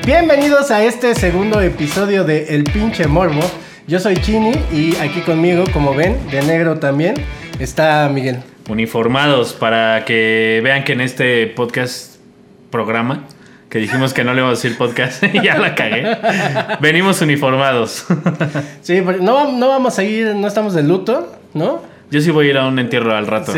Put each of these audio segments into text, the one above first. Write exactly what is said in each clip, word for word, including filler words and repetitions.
Bienvenidos a este segundo episodio de El Pinche Morbo. Yo soy Chini y aquí conmigo, como ven, de negro también, está Miguel. Uniformados para que vean que en este podcast, programa, que dijimos que no le íbamos a decir podcast y ya la cagué, venimos uniformados. Sí, no, no vamos a ir, no estamos de luto, ¿no? Yo sí voy a ir a un entierro al rato. ¿Sí?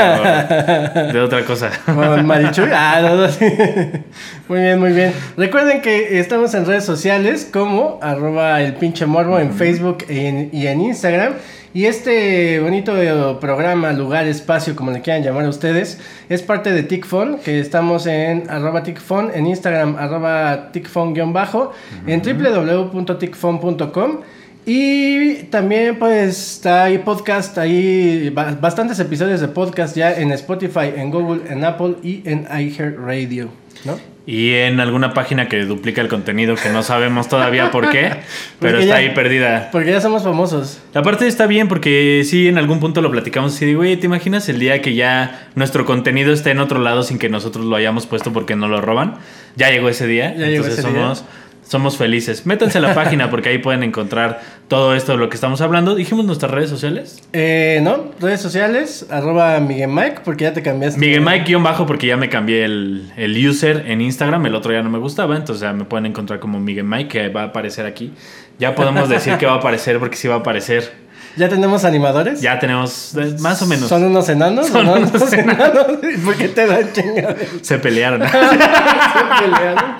Pero de otra cosa. Marichuy. Ah, no, no, sí. Muy bien, muy bien. Recuerden que estamos en redes sociales como arroba el pinche morbo en Facebook y en, y en Instagram. Y este bonito programa, lugar, espacio, como le quieran llamar a ustedes, es parte de TicFon, que estamos en arroba TicFon, en Instagram arroba TicFon-bajo, uh-huh. en doble u doble u doble u punto ticfon punto com. Y también pues está ahí podcast, hay bastantes episodios de podcast ya en Spotify, en Google, en Apple y en iHeartRadio, ¿no? Y en alguna página que duplica el contenido que no sabemos todavía por qué, pero está ya, ahí perdida. Porque ya somos famosos. Aparte está bien porque sí, en algún punto lo platicamos y digo, güey, ¿te imaginas el día que ya nuestro contenido esté en otro lado sin que nosotros lo hayamos puesto porque no lo roban? Ya llegó ese día, ya entonces ese somos... día. Somos felices. Métanse a la página porque ahí pueden encontrar todo esto de lo que estamos hablando. ¿Dijimos nuestras redes sociales? Eh, no, redes sociales, arroba Miguel Mike, porque ya te cambiaste. Miguel Mike guión bajo porque ya me cambié el, el user en Instagram. El otro ya no me gustaba, entonces ya me pueden encontrar como Miguel Mike, que va a aparecer aquí. Ya podemos decir que va a aparecer porque sí va a aparecer. ¿Ya tenemos animadores? Ya tenemos, más o menos. ¿Son unos enanos? Son ¿no? unos, unos enanos. enanos. ¿Por qué te dan chingaderas? Se pelearon. Se pelearon.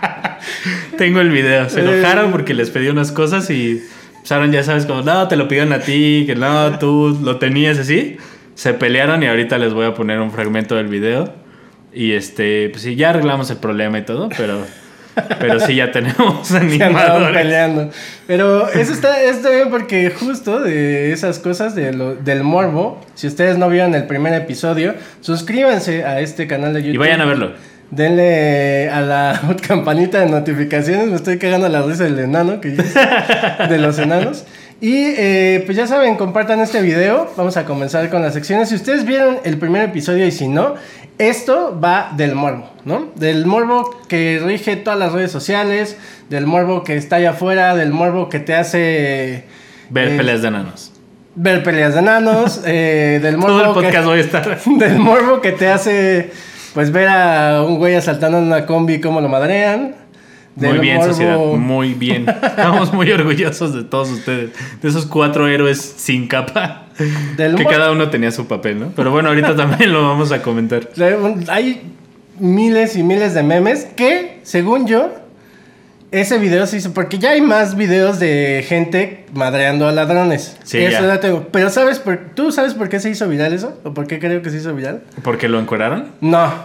Tengo el video. Se enojaron porque les pedí unas cosas y usaron, ya sabes, como, no, te lo pidieron a ti, que no, tú lo tenías así. Se pelearon y ahorita les voy a poner un fragmento del video. Y este, pues sí, ya arreglamos el problema y todo, pero... Pero sí, ya tenemos animadores. Peleando. Pero eso está, está bien porque justo de esas cosas de lo, del morbo, si ustedes no vieron el primer episodio, suscríbanse a este canal de YouTube. Y vayan a verlo. Denle a la campanita de notificaciones. Me estoy cagando la risa del enano que dice, de los enanos. Y eh, pues ya saben, compartan este video. Vamos a comenzar con las secciones. Si ustedes vieron el primer episodio y si no, esto va del morbo, ¿no? Del morbo que rige todas las redes sociales, del morbo que está allá afuera, del morbo que te hace... Ver eh, peleas de enanos. Ver peleas de enanos, eh, del morbo... Todo el podcast que, voy a estar. Del morbo que te hace, pues, ver a un güey asaltando en una combi cómo lo madrean. Muy bien, morbo... sociedad, muy bien. Estamos muy orgullosos de todos ustedes. De esos cuatro héroes sin capa. Del que mor... cada uno tenía su papel, ¿no? Pero bueno, ahorita también lo vamos a comentar. Hay miles y miles de memes que, según yo, ese video se hizo... Porque ya hay más videos de gente madreando a ladrones. Sí, eso ya. ya tengo. Pero ¿sabes por... ¿tú sabes por qué se hizo viral eso? ¿O por qué creo que se hizo viral? ¿Porque lo encueraron? No.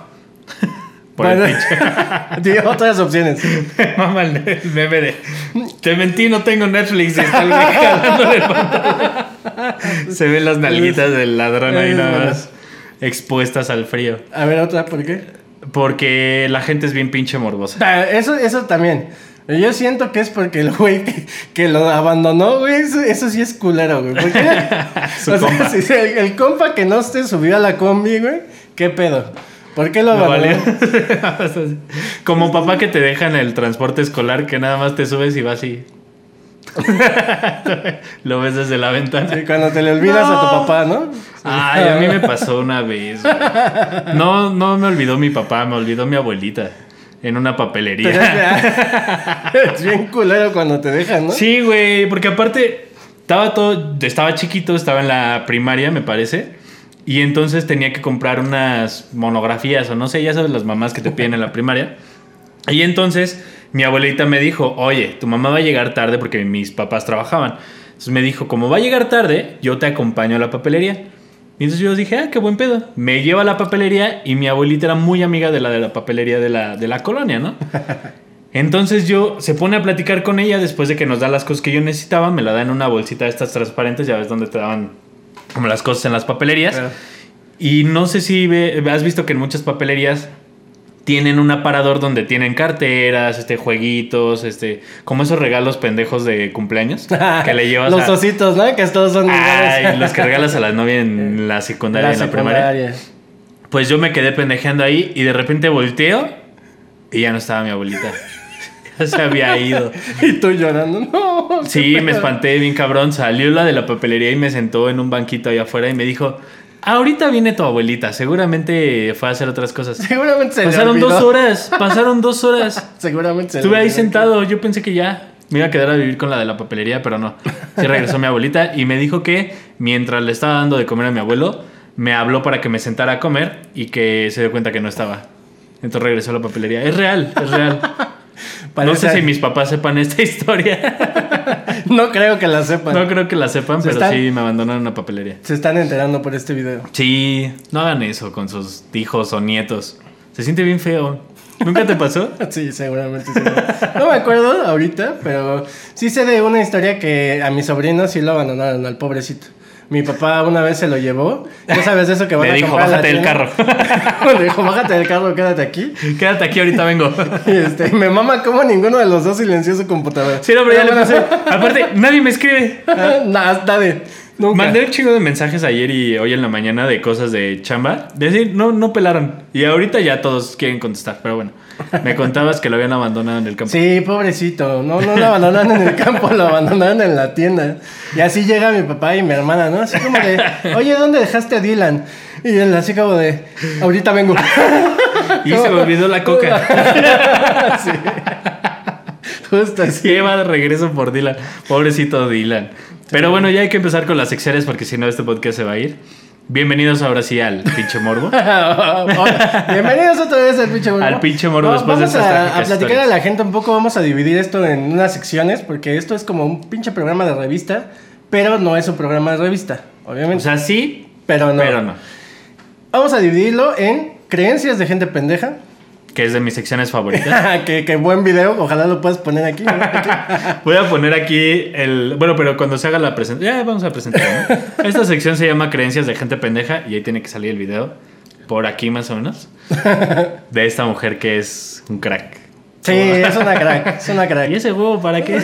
Por bueno, el pinche. Tiene otras opciones. Mamá, el meme de... Te mentí, no tengo Netflix. Y está el güey jalándole el pantalón. Se ven las nalguitas del ladrón ahí nada más expuestas al frío. A ver, otra, ¿por qué? Porque la gente es bien pinche morbosa. Ah, eso, eso también. Yo siento que es porque el güey que, que lo abandonó, güey, eso, eso sí es culero, güey. Porque, Su o compa. Sea, si el, el compa que no se subió a la combi, güey, ¿qué pedo? ¿Por qué lo abandonó? Como papá que te deja en el transporte escolar, que nada más te subes y vas y... Lo ves desde la ventana. Sí, cuando te le olvidas no. a tu papá, ¿no? Ay, a mí me pasó una vez, güey. No, no me olvidó mi papá, me olvidó mi abuelita. En una papelería. Es bien culero cuando te dejan, ¿no? Sí, güey, porque aparte estaba todo... Estaba chiquito, estaba en la primaria, me parece. Y entonces tenía que comprar unas monografías o no sé, ya sabes, las mamás que te piden en la primaria. Y entonces mi abuelita me dijo, oye, tu mamá va a llegar tarde porque mis papás trabajaban. Entonces me dijo, como va a llegar tarde, yo te acompaño a la papelería. Y entonces yo dije, ah, qué buen pedo. Me lleva a la papelería y mi abuelita era muy amiga de la de la papelería de la, de la colonia, ¿no? Entonces yo se pone a platicar con ella después de que nos da las cosas que yo necesitaba. Me la da en una bolsita de estas transparentes, ya ves donde te daban como las cosas en las papelerías. Claro. Y no sé si ve, has visto que en muchas papelerías tienen un aparador donde tienen carteras, este, jueguitos, este, como esos regalos pendejos de cumpleaños que le llevas los a... ositos, ¿no? Que todos son Ay, los que regalas a la novia en la secundaria, la en la secundaria. primaria. Pues yo me quedé pendejeando ahí y de repente volteo y ya no estaba mi abuelita. ya se había ido. Y tú llorando, no. Sí, me espanté bien cabrón. Salió la de la papelería y me sentó en un banquito allá afuera y me dijo, ahorita viene tu abuelita, seguramente fue a hacer otras cosas. Seguramente se Pasaron le olvidó. dos horas, pasaron dos horas. Seguramente se le Estuve ahí olvidó. sentado, yo pensé que ya me iba a quedar a vivir con la de la papelería, pero no. Sí regresó mi abuelita y me dijo que mientras le estaba dando de comer a mi abuelo, me habló para que me sentara a comer y que se dio cuenta que no estaba. Entonces regresó a la papelería. Es real, es real. Parece- No sé si mis papás sepan esta historia. No creo que la sepan. No creo que la sepan, Se pero están- sí me abandonaron en una papelería. Se están enterando por este video. Sí, no hagan eso con sus hijos o nietos. Se siente bien feo. ¿Nunca te pasó? Sí, seguramente sí. No me acuerdo ahorita, pero sí sé de una historia que a mi sobrino sí lo abandonaron, al pobrecito. Mi papá una vez se lo llevó. Ya sabes eso que van Le a dijo, comprar a la bájate del tienda. Le dijo, bájate del carro, quédate aquí. Quédate aquí, ahorita vengo. Y este, me mama como ninguno de los dos silenció su computadora. Sí, no, pero ya le puse. Aparte, nadie me escribe. Nada, nadie. Nunca. Mandé un chingo de mensajes ayer y hoy en la mañana de cosas de chamba. De decir, no, no pelaron. Y ahorita ya todos quieren contestar, pero bueno. Me contabas que lo habían abandonado en el campo. Sí, pobrecito. No, no lo abandonaron en el campo, lo abandonaron en la tienda. Y así llega mi papá y mi hermana, ¿no? Así como de, oye, ¿dónde dejaste a Dylan? Y él así como de, ahorita vengo. Y se me olvidó la coca. Sí. Justo así. Sí, va de regreso por Dylan. Pobrecito Dylan. Pero bueno, ya hay que empezar con las secciones porque si no este podcast se va a ir. Bienvenidos ahora sí al pinche morbo. Bienvenidos otra vez al pinche morbo. Al pinche morbo Va- después de vamos estas a, trágicas a platicar historias. a la gente un poco. Vamos a dividir esto en unas secciones porque esto es como un pinche programa de revista, pero no es un programa de revista, obviamente. O sea, sí, pero no. pero no. Vamos a dividirlo en creencias de gente pendeja. Que es de mis secciones favoritas. que, que buen video, ojalá lo puedas poner aquí, ¿no? Aquí. Voy a poner aquí el... Bueno, pero cuando se haga la presentación... Ya, vamos a presentar, ¿no? Esta sección se llama Creencias de gente pendeja y ahí tiene que salir el video. Por aquí más o menos. De esta mujer que es un crack. Sí, es una crack, es una crack. ¿Y ese huevo para qué?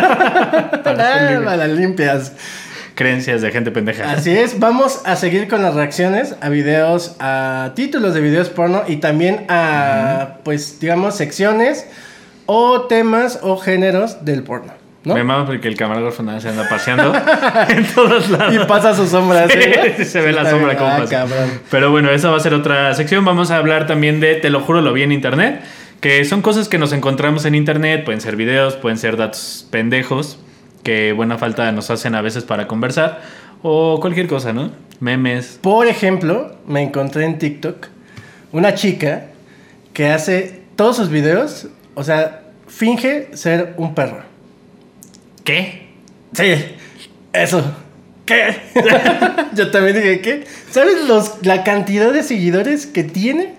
Ah, para las limpias. Creencias de gente pendeja. Así es, vamos a seguir con las reacciones a videos, a títulos de videos porno y también a, pues, digamos, secciones o temas o géneros del porno, ¿no? Me mama porque el camarógrafo nada se anda paseando en todos lados. Y pasa su sombra, ¿sí? Sí, se ve la sombra como Ah, pasa. cabrón. Pero bueno, esa va a ser otra sección. Vamos a hablar también de Te lo juro, lo vi en internet. Que son cosas que nos encontramos en internet. Pueden ser videos, pueden ser datos pendejos. Que buena falta nos hacen a veces para conversar. O cualquier cosa, ¿no? Memes. Por ejemplo, me encontré en TikTok una chica que hace todos sus videos, o sea, finge ser un perro. ¿Qué? Sí, eso. ¿Qué? Yo también dije, ¿qué? ¿Sabes los, la cantidad de seguidores que tiene?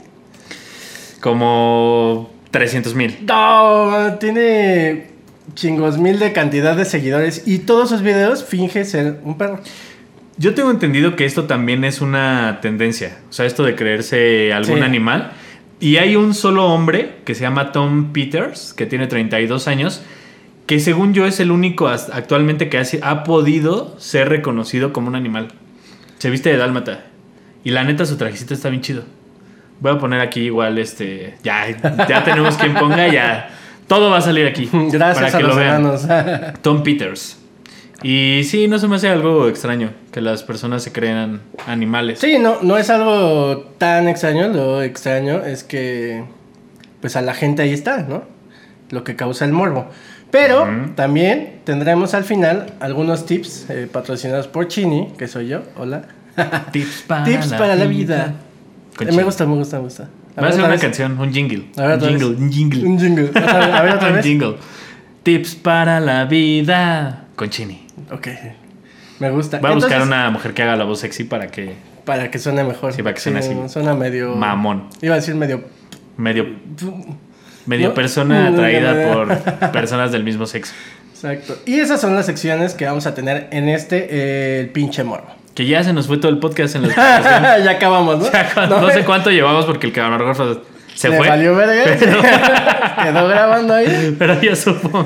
Como trescientos mil. No, tiene chingos mil de cantidad de seguidores y todos sus videos finge ser un perro. Yo tengo entendido que esto también es una tendencia. O sea, esto de creerse algún Sí. animal. Y hay un solo hombre que se llama Tom Peters, que tiene treinta y dos años, que según yo es el único hasta actualmente que ha, ha podido ser reconocido como un animal. Se viste de dálmata. Y la neta, su trajecito está bien chido. Voy a poner aquí igual este... Ya, ya tenemos quien ponga, ya... Todo va a salir aquí. Gracias para a que los lo vean. enanos. Tom Peters. Y sí, no se me hace algo extraño que las personas se crean animales. Sí, no, no es algo tan extraño. Lo extraño es que pues a la gente ahí está, ¿no? Lo que causa el morbo. Pero Ujú. también tendremos al final algunos tips eh, patrocinados por Chini, que soy yo. Hola. Tips para, Tips la, para la vida. vida. Con Eh, Chini. me gusta, me gusta, me gusta. Va a ser otra una vez. canción, un jingle. A ver, un otra jingle, vez. un jingle. Un jingle. Otra- A ver, otra Un vez. jingle. Tips para la vida. Con Chini. Ok. Me gusta. Voy a buscar Entonces, una mujer que haga la voz sexy para que... para que suene mejor. Sí, para que suene así. Suena medio. Mamón. Iba a decir medio. Medio, medio ¿No? persona No, atraída no, no. por personas del mismo sexo. Exacto. Y esas son las secciones que vamos a tener en este eh, el pinche morbo. Que ya se nos fue todo el podcast en la explicación. Ya acabamos, ¿no? Ya, no, sé cuánto llevamos porque el camarógrafo se Le fue. valió verga. Quedó grabando ahí. Pero yo supongo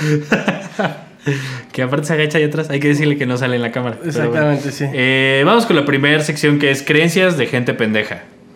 que aparte se agacha ahí atrás. Hay que decirle que no sale en la cámara. Pero Exactamente, bueno. sí. Eh, vamos con la primera sección que es creencias de gente pendeja.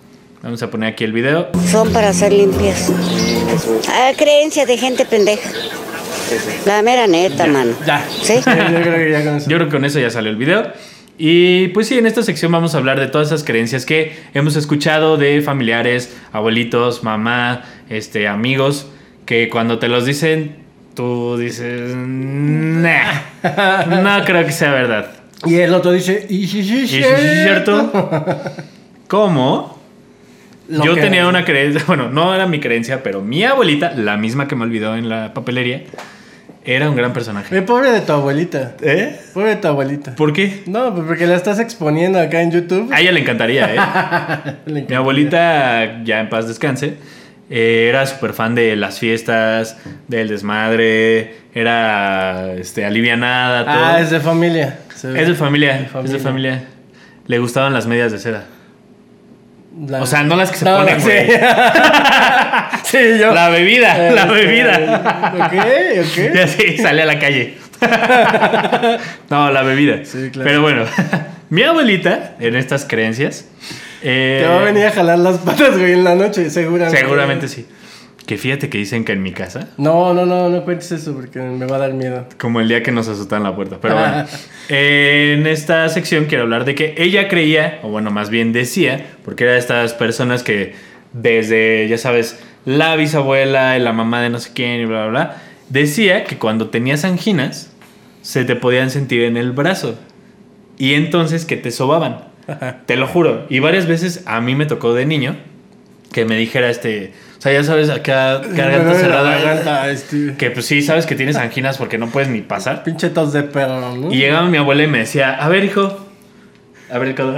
Vamos a poner aquí el video. Son para hacer limpias. Ah, creencia de gente pendeja. La mera neta, mano. Ya. ¿Sí? Yo creo que ya con eso. Yo creo que con eso ya salió el video. Y pues sí, en esta sección vamos a hablar de todas esas creencias que hemos escuchado de familiares, abuelitos, mamá, este, amigos, que cuando te los dicen, tú dices, nah, no creo que sea verdad. Y el otro dice, y sí, sí, ¿Y si es cierto? ¿Cómo? Lo Yo que- tenía una creencia, bueno, no era mi creencia, pero mi abuelita, la misma que me olvidó en la papelería, era un gran personaje. Eh, pobre de tu abuelita. ¿Eh? Pobre de tu abuelita. ¿Por qué? No, pues porque la estás exponiendo acá en YouTube. A ella le encantaría, ¿eh? Le encantaría. Mi abuelita, ya en paz descanse, eh, era súper fan de las fiestas, del desmadre, era este, alivianada, todo. Ah, es de familia. Se ve. Es de familia, De familia. es de familia. Le gustaban las medias de seda. La- O sea, no las que se No, ponen, sí. güey. Sí, yo. La bebida, la Este, bebida. Ok, ok. Ya sí, sale a la calle. No, la bebida. Sí, claro. Pero bueno, mi abuelita, en estas creencias... eh, Te va a venir a jalar las patas, güey, en la noche, seguramente. Seguramente sí. Que fíjate que dicen que en mi casa, No, no, no, no cuentes eso porque me va a dar miedo. como el día que nos azotan la puerta. Pero bueno, en esta sección quiero hablar de que ella creía, o bueno, más bien decía, porque era de estas personas que desde, ya sabes, la bisabuela, la mamá de no sé quién y bla, bla, bla, decía que cuando tenías anginas se te podían sentir en el brazo y entonces que te sobaban. Te lo juro. Y varias veces a mí me tocó de niño que me dijera este... O sea, ya sabes, acá garganta La cerrada. garganta, este, Que pues sí, sabes que tienes anginas porque no puedes ni pasar. pinche tos de perro, ¿no? Y llegaba mi abuela y me decía, a ver, hijo. A ver, el codo.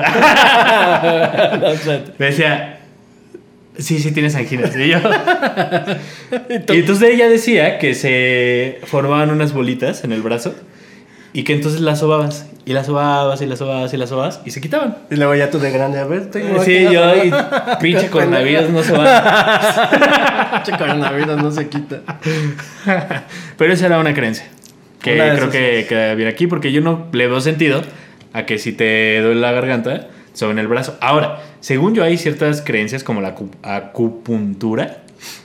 Me decía, sí, sí tienes anginas. Y yo... Y entonces ella decía que se formaban unas bolitas en el brazo y que entonces las sobabas. Y las sobabas y las sobabas y las sobabas y se quitaban. Y luego ya tú de grande, a ver, tengo Sí, aquí yo la- y pinche coronavirus no se va. Pinche coronavirus no se quita. Pero esa era una creencia. Que Una de creo esas. que queda bien aquí porque yo no le veo sentido a que si te duele la garganta, sobre en el brazo. Ahora, según yo hay ciertas creencias como la acu- acupuntura,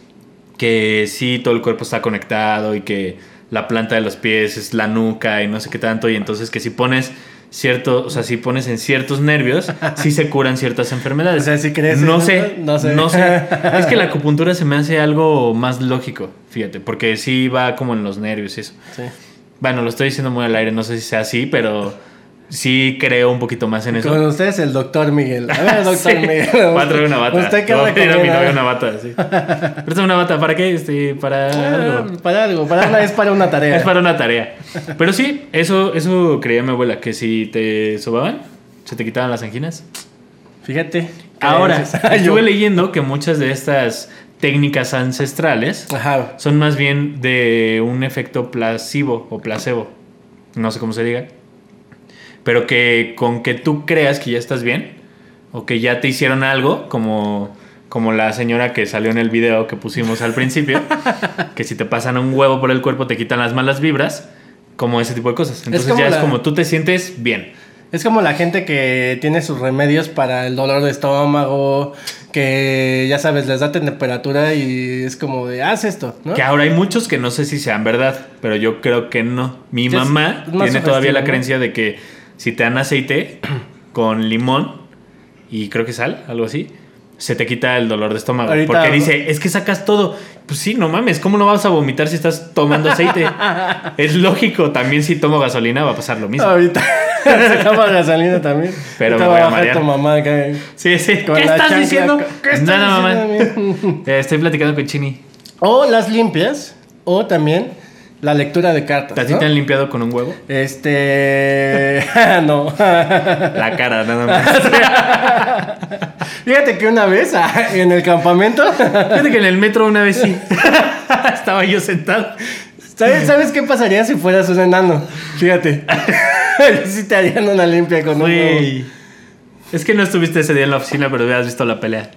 que sí todo el cuerpo está conectado y que la planta de los pies es la nuca y no sé qué tanto, y entonces que si pones cierto, o sea, si pones en ciertos nervios, sí se curan ciertas enfermedades. O sea, ¿sí crees No eso? sé, No sé. no sé. Es que la acupuntura se me hace algo más lógico, fíjate, porque sí va como en los nervios y eso. Sí. Bueno, lo estoy diciendo muy al aire, no sé si sea así, pero sí creo un poquito más en eso. Con ustedes el doctor Miguel. A ver, doctor Sí. Miguel. Va a traer una bata. ¿Usted qué Le voy a pedir a mi recomienda? novia una bata, sí. Préstame una bata, ¿para qué? Este, para Ah, algo. para algo, para una, es para una tarea. Es para una tarea. Pero sí, eso, eso creía mi abuela, que si te sobaban, se te quitaban las anginas. Fíjate. Ahora, creencias. Yo- estuve leyendo que muchas de estas técnicas ancestrales Ajá. son más bien de un efecto placebo o placebo. No sé cómo se diga. Pero que con que tú creas que ya estás bien o que ya te hicieron algo, como, como la señora que salió en el video que pusimos al principio, que si te pasan un huevo por el cuerpo te quitan las malas vibras, como ese tipo de cosas. Entonces como ya la- es como tú te sientes bien. Es como la gente que tiene sus remedios para el dolor de estómago, que ya sabes, les da temperatura y es como de, haz esto, ¿no? Que ahora hay muchos que no sé si sean verdad, pero yo creo que no. Mi Es- mamá es más tiene todavía sugestivo, la ¿no? creencia de que si te dan aceite con limón y creo que sal, algo así, se te quita el dolor de estómago. Ahorita- Porque dice, es que sacas todo. Pues sí, no mames, ¿cómo no vas a vomitar si estás tomando aceite? Es lógico, también si tomo gasolina va a pasar lo mismo. Ahorita se toma gasolina también. Pero Ahorita me voy a va bajar marear. tu mamá acá. Sí, sí. Con ¿Qué la estás chancla, diciendo? ¿qué estás Nada, mamá. diciendo, Eh, estoy platicando con Chini. O las limpias, o también la lectura de cartas, ¿A ti ¿no? te han limpiado con un huevo? Este... no. La cara, nada más. Fíjate que una vez ah, en el campamento... Fíjate que en el metro una vez sí. Estaba yo sentado. ¿Sabes, ¿Sabes qué pasaría si fueras un enano? Fíjate. Si te harían una limpia con un huevo. Güey. Es que no estuviste ese día en la oficina, pero hubieras visto la pelea.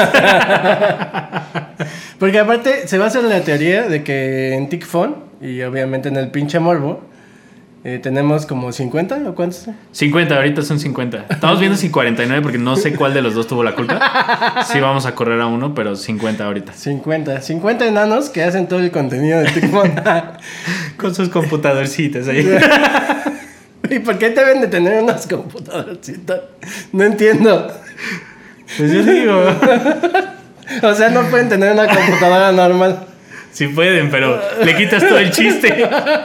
Porque aparte se basa en la teoría de que en TikFon y obviamente en el pinche morbo, Eh, tenemos como cincuenta o cuántos. cincuenta, ahorita son cincuenta. Estamos viendo si cuarenta y nueve porque no sé cuál de los dos tuvo la culpa. Sí vamos a correr a uno, pero cincuenta ahorita. cincuenta. cincuenta enanos que hacen todo el contenido de TikTok. Con sus computadorcitas ahí. ¿Y por qué deben de tener unas computadorcitas? No entiendo. Pues yo digo. O sea, no pueden tener una computadora normal. Sí pueden, pero le quitas todo el chiste.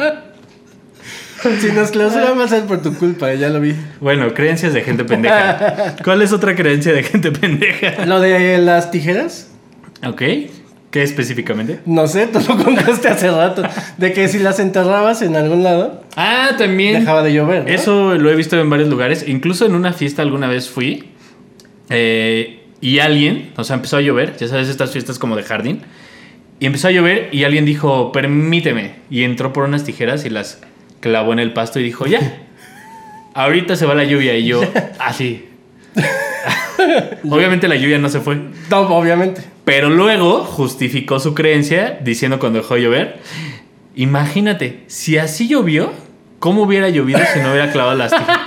Si nos clausuran va a ser por tu culpa, ya lo vi. Bueno, creencias de gente pendeja. ¿Cuál es otra creencia de gente pendeja? ¿Lo de las tijeras? Ok. ¿Qué específicamente? No sé, tú lo contaste hace rato. De que si las enterrabas en algún lado... Ah, también. Dejaba de llover, ¿no? Eso lo he visto en varios lugares. Incluso en una fiesta alguna vez fui. Eh, y alguien, o sea, empezó a llover. Ya sabes, estas fiestas como de jardín. Y empezó a llover y alguien dijo, permíteme. Y entró por unas tijeras y las clavó en el pasto y dijo, ya. Ahorita se va la lluvia. Y yo, así. Obviamente la lluvia no se fue. No, obviamente. Pero luego justificó su creencia diciendo cuando dejó de llover, imagínate, si así llovió, ¿cómo hubiera llovido si no hubiera clavado las tijeras?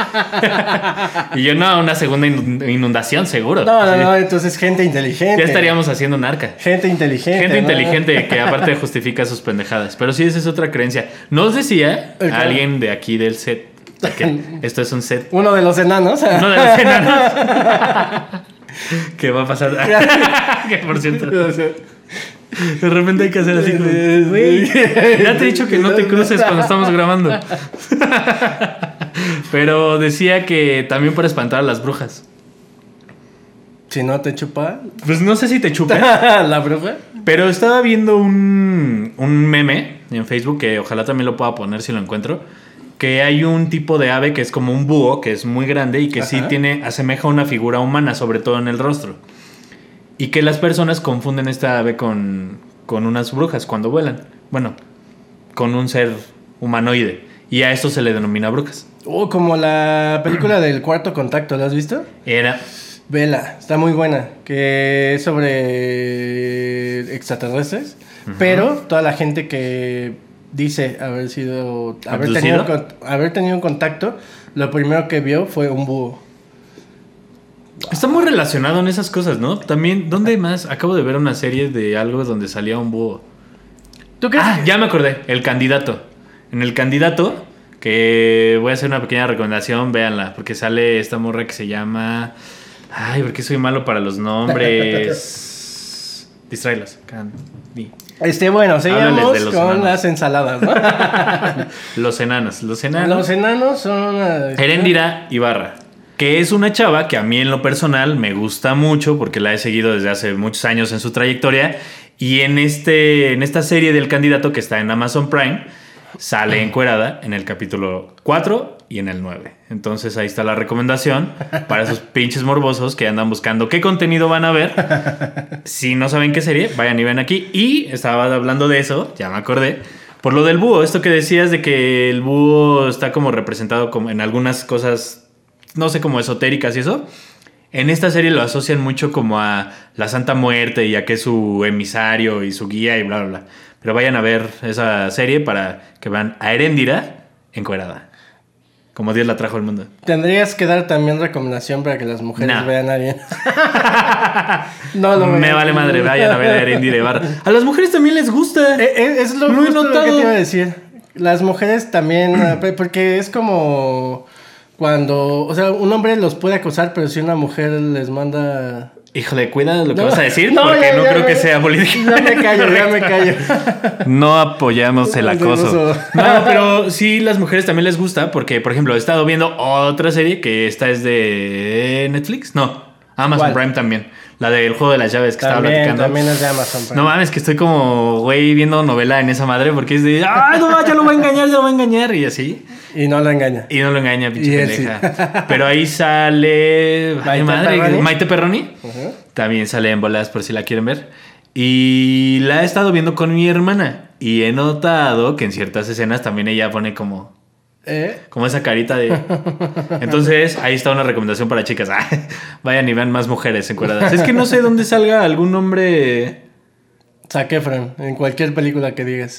Y yo, no, una segunda inundación seguro. No, no, no, entonces gente inteligente. Ya estaríamos haciendo un arca. Gente inteligente. Gente ¿no? inteligente que aparte justifica sus pendejadas. Pero sí, esa es otra creencia. Nos decía Okay. alguien de aquí del set, que esto es un set. Uno de los enanos. Uno de los enanos. ¿Qué va a pasar? Que por cierto, de repente hay que hacer así como, güey, ya te he dicho que no te cruces cuando estamos grabando. Pero decía que también para espantar a las brujas. Si no te chupa. Pues no sé si te chupa. ¿La bruja? Pero estaba viendo un, un meme en Facebook, que ojalá también lo pueda poner si lo encuentro, que hay un tipo de ave que es como un búho, que es muy grande y que Ajá. sí tiene, asemeja una figura humana, sobre todo en el rostro. Y que las personas confunden esta ave con, con unas brujas cuando vuelan. Bueno, con un ser humanoide. Y a esto se le denomina brujas. Oh, como la película del Cuarto Contacto, ¿la has visto? Era... Vela, está muy buena. Que es sobre extraterrestres. Uh-huh. Pero toda la gente que... dice haber sido haber tenido, haber tenido un contacto, lo primero que vio fue un búho. Está muy relacionado en esas cosas, ¿no? También, ¿dónde más? Acabo de ver una serie de algo donde salía un búho. ¿Tú crees? Ah, que... ya me acordé, El Candidato. En El Candidato, que voy a hacer una pequeña recomendación, véanla, porque sale esta morra que se llama... Ay, porque soy malo para los nombres. Distráelos. Candy. Este, bueno, seguimos con enanos. Las ensaladas, ¿no? Los enanos. Los enanos. Los enanos son una... Heréndira Ibarra, que es una chava que a mí en lo personal me gusta mucho porque la he seguido desde hace muchos años en su trayectoria. Y en, este, en esta serie del Candidato que está en Amazon Prime, sale encuerada en el capítulo cuatro y en el nueve. Entonces ahí está la recomendación para esos pinches morbosos que andan buscando qué contenido van a ver. Si no saben qué serie, vayan y ven aquí. Y estaba hablando de eso, ya me acordé, por lo del búho. Esto que decías de que el búho está como representado como en algunas cosas, no sé, como esotéricas y eso. En esta serie lo asocian mucho como a la Santa Muerte y a que es su emisario y su guía y bla, bla, bla. Pero vayan a ver esa serie para que vean a Heréndira encuerada. Como Dios la trajo al mundo. Tendrías que dar también recomendación para que las mujeres nah. vean a alguien. No lo Me vale madre, vayan a ver a Heréndira Ibarra. A las mujeres también les gusta. Eh, eh, es lo, lo he notado. Lo que te iba a decir. Las mujeres también, porque es como cuando, o sea, un hombre los puede acosar, pero si una mujer les manda... Híjole, cuida lo que no, vas a decir, no, porque ya, no ya, creo ya, que sea política. Ya me callo, ya me callo. No apoyamos el acoso. No, pero sí, las mujeres también les gusta, porque, por ejemplo, he estado viendo otra serie que esta es de Netflix. No, Amazon ¿Cuál? Prime también. La del juego de las llaves que también, estaba platicando. También es de Amazon Prime. No mames, que estoy como, güey, viendo novela en esa madre, porque es de, ¡ah, no, ya lo va a engañar, ya lo va a engañar! Y así. Y no lo engaña. Y no lo engaña, pinche pendeja. Sí. Pero ahí sale... Maite Ay, madre, Perroni. Maite Perroni. Uh-huh. También sale en bolas por si la quieren ver. Y la he estado viendo con mi hermana. Y he notado que en ciertas escenas también ella pone como... ¿Eh? Como esa carita de... Entonces, ahí está una recomendación para chicas. Vayan y vean más mujeres encueradas. Es que no sé dónde salga algún nombre... Zac Efron, en cualquier película que digas.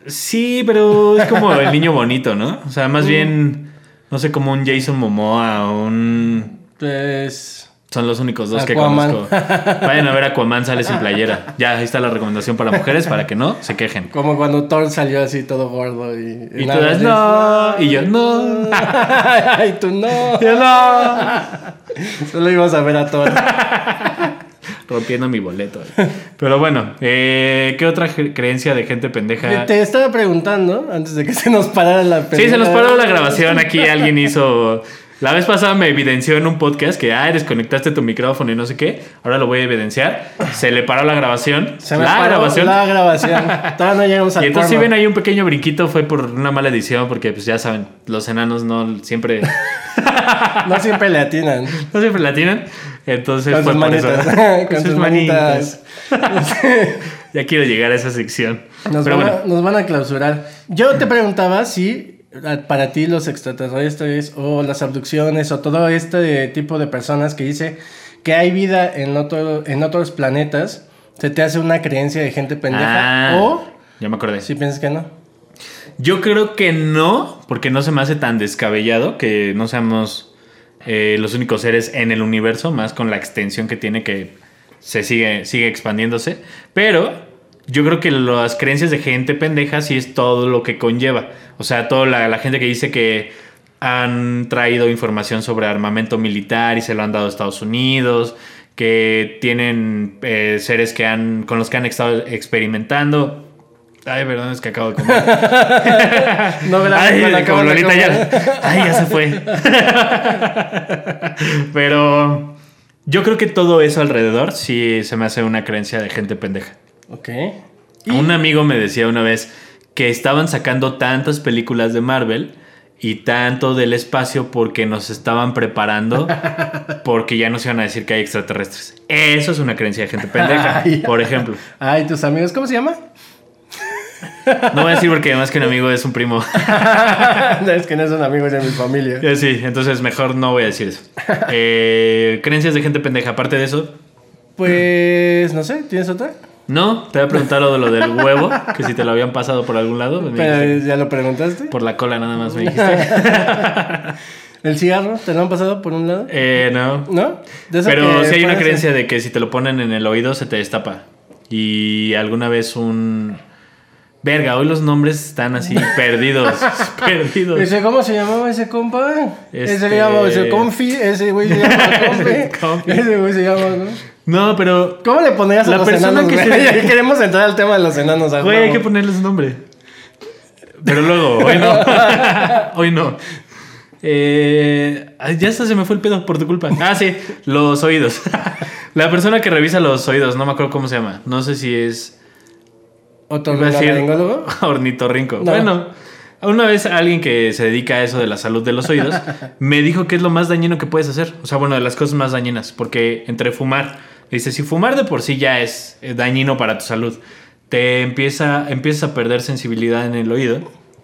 Sí, pero es como el niño bonito, ¿no? O sea, más bien, no sé, como un Jason Momoa o un... Pues... Son los únicos dos Aquaman. que conozco. Vayan a ver Aquaman, sale sin playera. Ya, ahí está la recomendación para mujeres, para que no se quejen. Como cuando Thor salió así todo gordo y... Y todas, no. Y yo, no. Ay, tú no. Yo no. Solo ibas a ver a Thor. Rompiendo mi boleto. Pero bueno, eh, ¿qué otra ge- creencia de gente pendeja? Te estaba preguntando, antes de que se nos parara la película. Sí, se nos paró la grabación. Aquí alguien hizo... La vez pasada me evidenció en un podcast que, ah, desconectaste tu micrófono y no sé qué. Ahora lo voy a evidenciar. Se le paró la grabación. Se me la paró grabación. la grabación. Todavía no llegamos al Y entonces si porno. ven ahí un pequeño brinquito fue por una mala edición porque pues ya saben, los enanos no siempre No siempre le atinan. no siempre la tienen. Entonces Con fue sus por eso. manitas. Con sus manitas. Ya quiero llegar a esa sección. Nos Pero van, bueno, a, nos van a clausurar. Yo te preguntaba si para ti los extraterrestres o las abducciones o todo este tipo de personas que dice que hay vida en, otro, en otros planetas, ¿se te hace una creencia de gente pendeja? Ah, O ya me acordé. si piensas que no. Yo creo que no, porque no se me hace tan descabellado que no seamos eh, los únicos seres en el universo, más con la extensión que tiene que se sigue, sigue expandiéndose. Pero yo creo que las creencias de gente pendeja sí es todo lo que conlleva. O sea, toda la, la gente que dice que han traído información sobre armamento militar y se lo han dado a Estados Unidos, que tienen eh, seres que han, con los que han estado experimentando. Ay, perdón, es que acabo de comer. No, ¿verdad? Ay, Cuando acabas como de Lolita comer. ya. Ay, ya se fue. Pero yo creo que todo eso alrededor sí se me hace una creencia de gente pendeja. Ok. Un amigo me decía una vez que estaban sacando tantas películas de Marvel y tanto del espacio porque nos estaban preparando porque ya nos iban a decir que hay extraterrestres. Eso es una creencia de gente pendeja, Ay. por ejemplo. Ay, tus amigos, ¿cómo se llama? No voy a decir porque además que un amigo es un primo. Es que no son amigos de mi familia. Eh, Sí, entonces mejor no voy a decir eso. Eh, creencias de gente pendeja. Aparte de eso, Pues, no sé, ¿tienes otra? no, te voy a preguntar lo, de lo del huevo, que si te lo habían pasado por algún lado. Me dijiste Pero, que ¿ya lo preguntaste? por la cola nada más me dijiste. ¿El cigarro? ¿Te lo han pasado por un lado? Eh, no. ¿No? De eso Pero que sí hay una puede creencia ser- de que si te lo ponen en el oído se te destapa. Y alguna vez un... Verga, hoy los nombres están así perdidos. perdidos. Ese, ¿cómo se llamaba ese compa? Ese Este- se llama ese confi, ese güey se llama confi. Confi. Ese güey se llama, ¿no? No, pero... ¿Cómo le pondrías a La los persona enanos, que güey? se- Ya queremos entrar al tema de los enanos. a Güey, hay huevo. que ponerles un nombre. Pero luego, hoy no. Hoy no. Eh, ay, ya hasta se me fue el pedo por tu culpa. Ah, sí, los oídos. La persona que revisa los oídos, no me acuerdo cómo se llama. No sé si es... Iba a decir ¿Otorrinolaringólogo? ornitorrinco. No. Bueno, una vez alguien que se dedica a eso de la salud de los oídos me dijo que es lo más dañino que puedes hacer. O sea, bueno, de las cosas más dañinas. Porque entre fumar, dice, si fumar de por sí ya es eh, dañino para tu salud, te empieza, empiezas a perder sensibilidad en el oído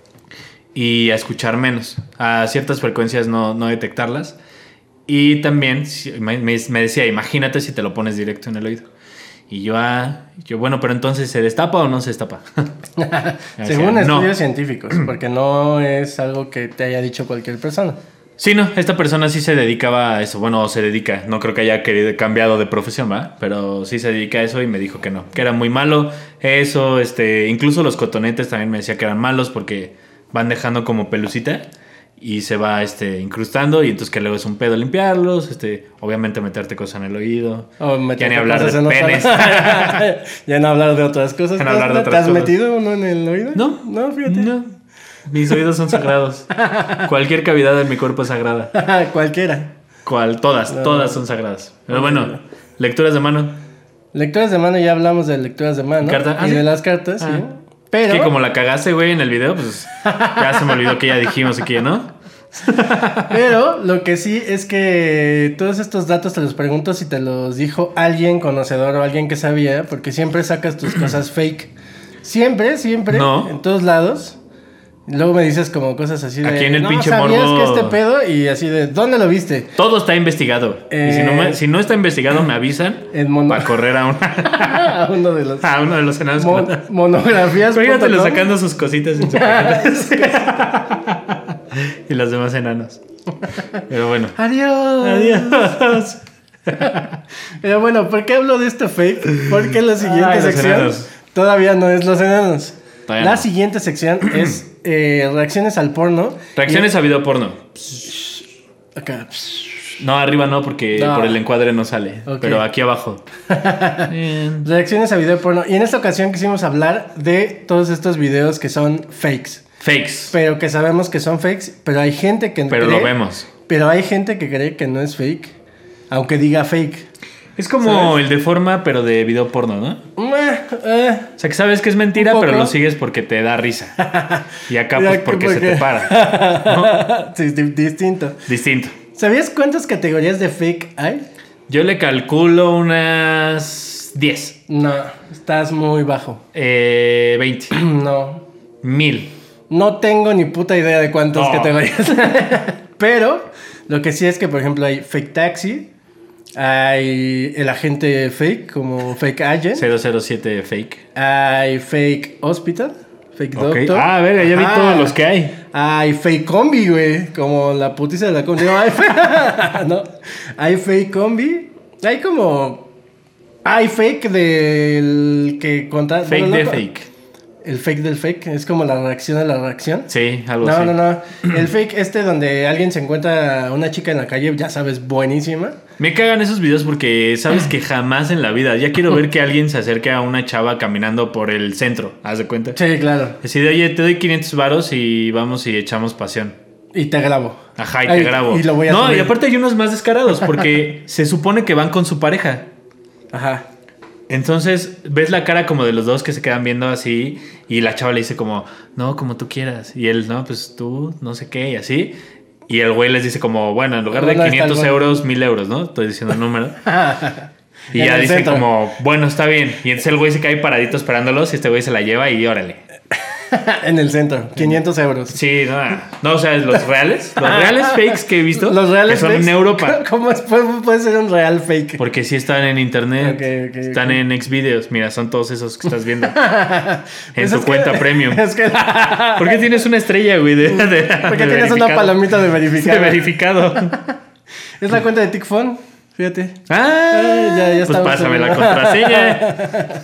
y a escuchar menos. A ciertas frecuencias no, no detectarlas. Y también si- me, me decía, imagínate si te lo pones directo en el oído. Y yo, ah, yo, bueno, pero entonces, ¿se destapa o no se destapa? Según Decía, no. estudios científicos, porque no es algo que te haya dicho cualquier persona. Sí, no, esta persona sí se dedicaba a eso. Bueno, se dedica. No creo que haya querido cambiado de profesión, ¿va? Pero sí se dedica a eso y me dijo que no, que era muy malo. Eso, este, incluso los cotonetes también me decía que eran malos porque van dejando como pelucita y se va este, incrustando y entonces que luego es un pedo limpiarlos, este, obviamente meterte cosas en el oído. O Ya meterte ni hablar cosas de en otra- penes. Ya no hablar de otras cosas. Ya no hablar de ¿Te otras has cosas. metido uno en el oído? No, No, fíjate. no. Mis oídos son sagrados. Cualquier cavidad en mi cuerpo es sagrada. Cualquiera. Cual, todas, No. todas son sagradas. Pero bueno, lecturas de mano. Lecturas de mano, ya hablamos de lecturas de mano. Carta- ¿Ah, y sí? de las cartas, sí. Ah. Pero... Que como la cagaste, güey, en el video, pues ya se me olvidó que ya dijimos y que ya no. Pero lo que sí es que todos estos datos te los pregunto si te los dijo alguien conocedor o alguien que sabía, porque siempre sacas tus cosas fake. Siempre, siempre, No. en todos lados, Luego me dices como cosas así de... Aquí en el no, pinche ¿sabías morbo- que este pedo? Y así de... ¿Dónde lo viste? Todo está investigado. Eh, Y si no, me- si no está investigado, me avisan En mono... para correr a, una, a uno de los... a uno de los enanos. mon- que- monografías. Imagínatelo sacando sus cositas en su paquete. Y los demás enanos. Pero bueno. Adiós. Adiós. Pero bueno, ¿por qué hablo de esto fake? Porque la siguiente Ay, los sección enanos. todavía no es los enanos. Todavía La no. siguiente sección es eh, reacciones al porno. Reacciones a video porno. Y- Acá. No, arriba no, porque No. por el encuadre no sale. Ok. Pero aquí abajo. Bien. Reacciones a video porno. Y en esta ocasión quisimos hablar de todos estos videos que son fakes. Fakes. Pero que sabemos que son fakes. Pero hay gente que Pero cree- lo vemos. Pero hay gente que cree que no es fake. Aunque diga fake. Es como ¿Sabes? el de forma, pero de video porno, ¿no? Eh, eh. O sea, que sabes que es mentira, Un poco. pero lo sigues porque te da risa. Y acá, Ya pues, que porque se porque- te para. Sí, di- distinto. Distinto. ¿Sabías cuántas categorías de fake hay? Yo le calculo unas diez. No, estás muy bajo. Eh, veinte. No. Mil. No tengo ni puta idea de cuántas No. categorías. Pero lo que sí es que, por ejemplo, hay fake taxi, hay el agente fake, como fake agent, cero cero siete fake. hay fake hospital, fake Ok. doctor. Ah, a ver, ya vi Ajá. todos los que hay. Hay fake combi, güey, como la putiza de la combi. No, hay, no, hay fake combi. Hay como... Hay fake del que contar... Fake bueno, de no, fake. El fake del fake, es como la reacción a la reacción. Sí, algo No, así. no, no. El fake este donde alguien se encuentra a una chica en la calle, ya sabes, buenísima. Me cagan esos videos porque sabes que jamás en la vida. Ya quiero ver que alguien se acerque a una chava caminando por el centro. ¿Haz de cuenta? Sí, claro. Así de, oye, te doy quinientos varos y vamos y echamos pasión. Y te grabo. Ajá, y Ay, te grabo. Y lo voy a no, subir. y aparte hay unos más descarados porque se supone que van con su pareja. Ajá. Entonces ves la cara como de los dos que se quedan viendo así y la chava le dice como, no, como tú quieras. Y él, no, pues tú, no sé qué, y así. Y el güey les dice como, bueno, en lugar de ¿Dónde está el quinientos güey? euros, mil euros, ¿no? Estoy diciendo el número. Y En ya el dice centro. como, bueno, está bien. Y entonces el güey se cae paradito esperándolos y este güey se la lleva y órale. En el centro. quinientos euros. Sí, no, no, o sea, los reales, los reales fakes que he visto, Los reales que son fakes, en Europa. ¿Cómo es? puede, puede ser un real fake? Porque sí están en internet, Ok, ok, están ok. en Xvideos. Mira, son todos esos que estás viendo en Pues tu es que- cuenta premium. Es que... ¿Por qué tienes una estrella, güey? De, de- Porque de tienes una verificado? palomita de De verificado. verificado. Es la cuenta de TicFone. Fíjate. Ah, ya- ya pues estamos pásame la subiendo. contraseña.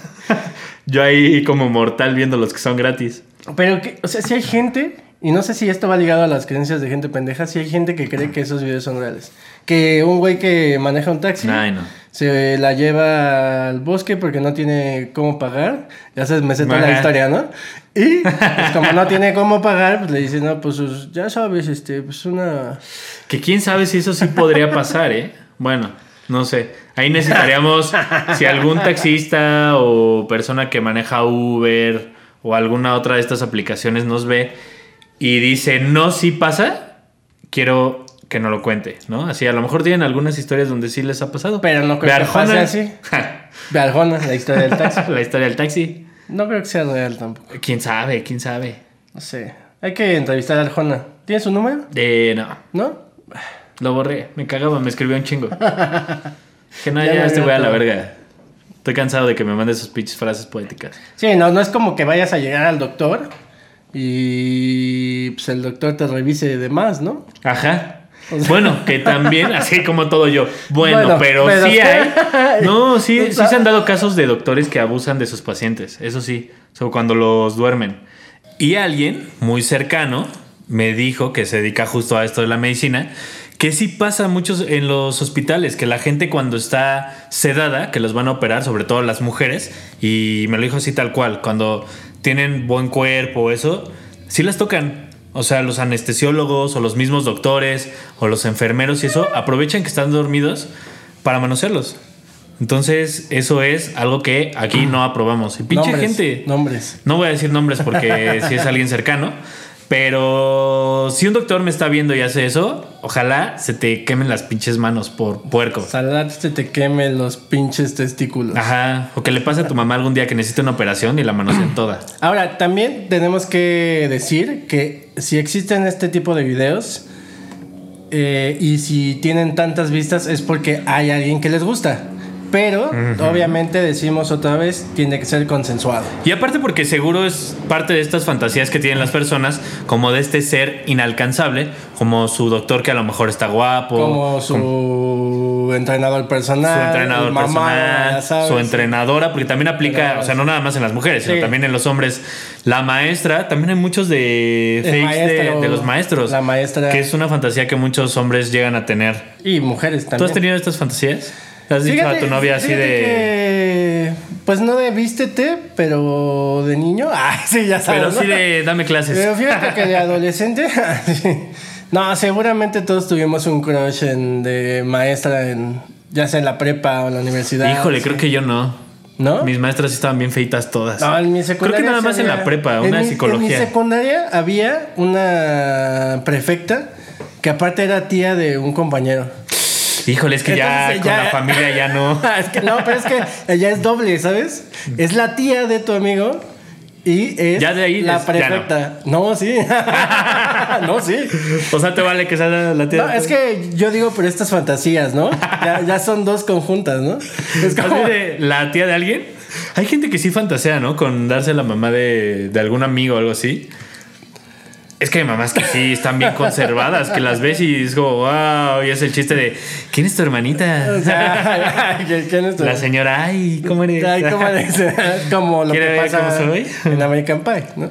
Yo ahí como mortal viendo los que son gratis. Pero, que, o sea, si hay gente, y no sé si esto va ligado a las creencias de gente pendeja, si hay gente que cree que esos videos son reales. Que un güey que maneja un taxi Ay, no. se la lleva al bosque porque no tiene cómo pagar. Ya sabes, me sé toda la Ajá. historia, ¿no? Y pues, como no tiene cómo pagar, pues le dice, no, pues us- ya sabes, este, pues una... Que quién sabe si eso sí podría pasar, ¿eh? Bueno, no sé. Ahí necesitaríamos, si algún taxista o persona que maneja Uber o alguna otra de estas aplicaciones nos ve y dice, no, sí pasa, quiero que nos lo cuente, ¿no? Así, a lo mejor tienen algunas historias donde sí les ha pasado. Pero no creo Ve que Arjona. pase así. Ve Arjona, la historia del taxi. La historia del taxi. No creo que sea real tampoco. ¿Quién sabe? ¿Quién sabe? No sé. Hay que entrevistar a Arjona. ¿Tienes su número? Eh, no. ¿No? Lo borré. Me cagaba, me escribió un chingo. Que no, Ya ya, me este vio güey a la todo. verga. Estoy cansado de que me mande sus pinches frases poéticas. Sí, no, no es como que vayas a llegar al doctor y pues el doctor te revise de más, ¿no? Ajá. O sea- Bueno, que también, así como todo yo. Bueno, Bueno, pero, pero sí es que- hay. No, sí, O sí sea- se han dado casos de doctores que abusan de sus pacientes. Eso sí. Sobre cuando los duermen. Y alguien muy cercano me dijo, que se dedica justo a esto de la medicina, que sí pasa muchos en los hospitales, que la gente cuando está sedada, que los van a operar, sobre todo las mujeres, y me lo dijo así tal cual, cuando tienen buen cuerpo, eso, sí las tocan. O sea, los anestesiólogos o los mismos doctores o los enfermeros y eso aprovechan que están dormidos para manosearlos. Entonces, eso es algo que aquí no aprobamos. Y pinche Nombres, gente. Nombres. No voy a decir nombres porque si es alguien cercano, Pero si un doctor me está viendo y hace eso, ojalá se te quemen las pinches manos por puerco. Ojalá se te quemen los pinches testículos. Ajá. O que le pase a tu mamá algún día que necesite una operación y la manoseen toda. Ahora, también tenemos que decir que si existen este tipo de videos eh, y si tienen tantas vistas es porque hay alguien que les gusta. Pero, uh-huh. obviamente, decimos otra vez, tiene que ser consensuado. Y aparte porque seguro es parte de estas fantasías que tienen las personas, como de este ser inalcanzable, como su doctor que a lo mejor está guapo. Como su como entrenador personal. Su entrenador mamá, personal, ¿sabes? Su entrenadora, porque también aplica, o sea, no nada más en las mujeres, sí. sino también en los hombres. La maestra, también hay muchos de fakes maestro, de, de los maestros. La maestra. Que es una fantasía que muchos hombres llegan a tener. Y mujeres también. ¿Tú has tenido estas fantasías? ¿Has dicho fíjate, a tu novia así de...? Que, pues no de vístete, pero de niño. Ah, sí, ya sabes. Pero ¿no? sí de dame clases. Pero fíjate que de adolescente... No, seguramente todos tuvimos un crush en, de maestra, en ya sea en la prepa o en la universidad. Híjole, sí. creo que yo no. ¿No? Mis maestras estaban bien feitas todas. No, en mi secundaria... Creo que nada más había, en la prepa, una en mi, psicología. En mi secundaria había una prefecta que aparte era tía de un compañero. Híjole, es que ya con ya, la familia ya no. Es que no, pero es que ella es doble, ¿sabes? Es la tía de tu amigo y es ya de ahí la es, prefecta. No. no, sí. No, sí. O sea, te vale que sea la tía. No, es que yo digo, pero estas fantasías, ¿no? Ya, ya son dos conjuntas, ¿no? Es como de la tía de alguien. Hay gente que sí fantasea, ¿no? Con darse la mamá de, de algún amigo o algo así. Es que hay mamás que sí están bien conservadas, que las ves y es como, wow, y es el chiste de, ¿quién es tu hermanita? O sea, ¿quién es tu? La señora, ay, ¿cómo eres? Ay, ¿cómo eres? Como lo que ver pasa cómo soy? En American Pie, ¿no?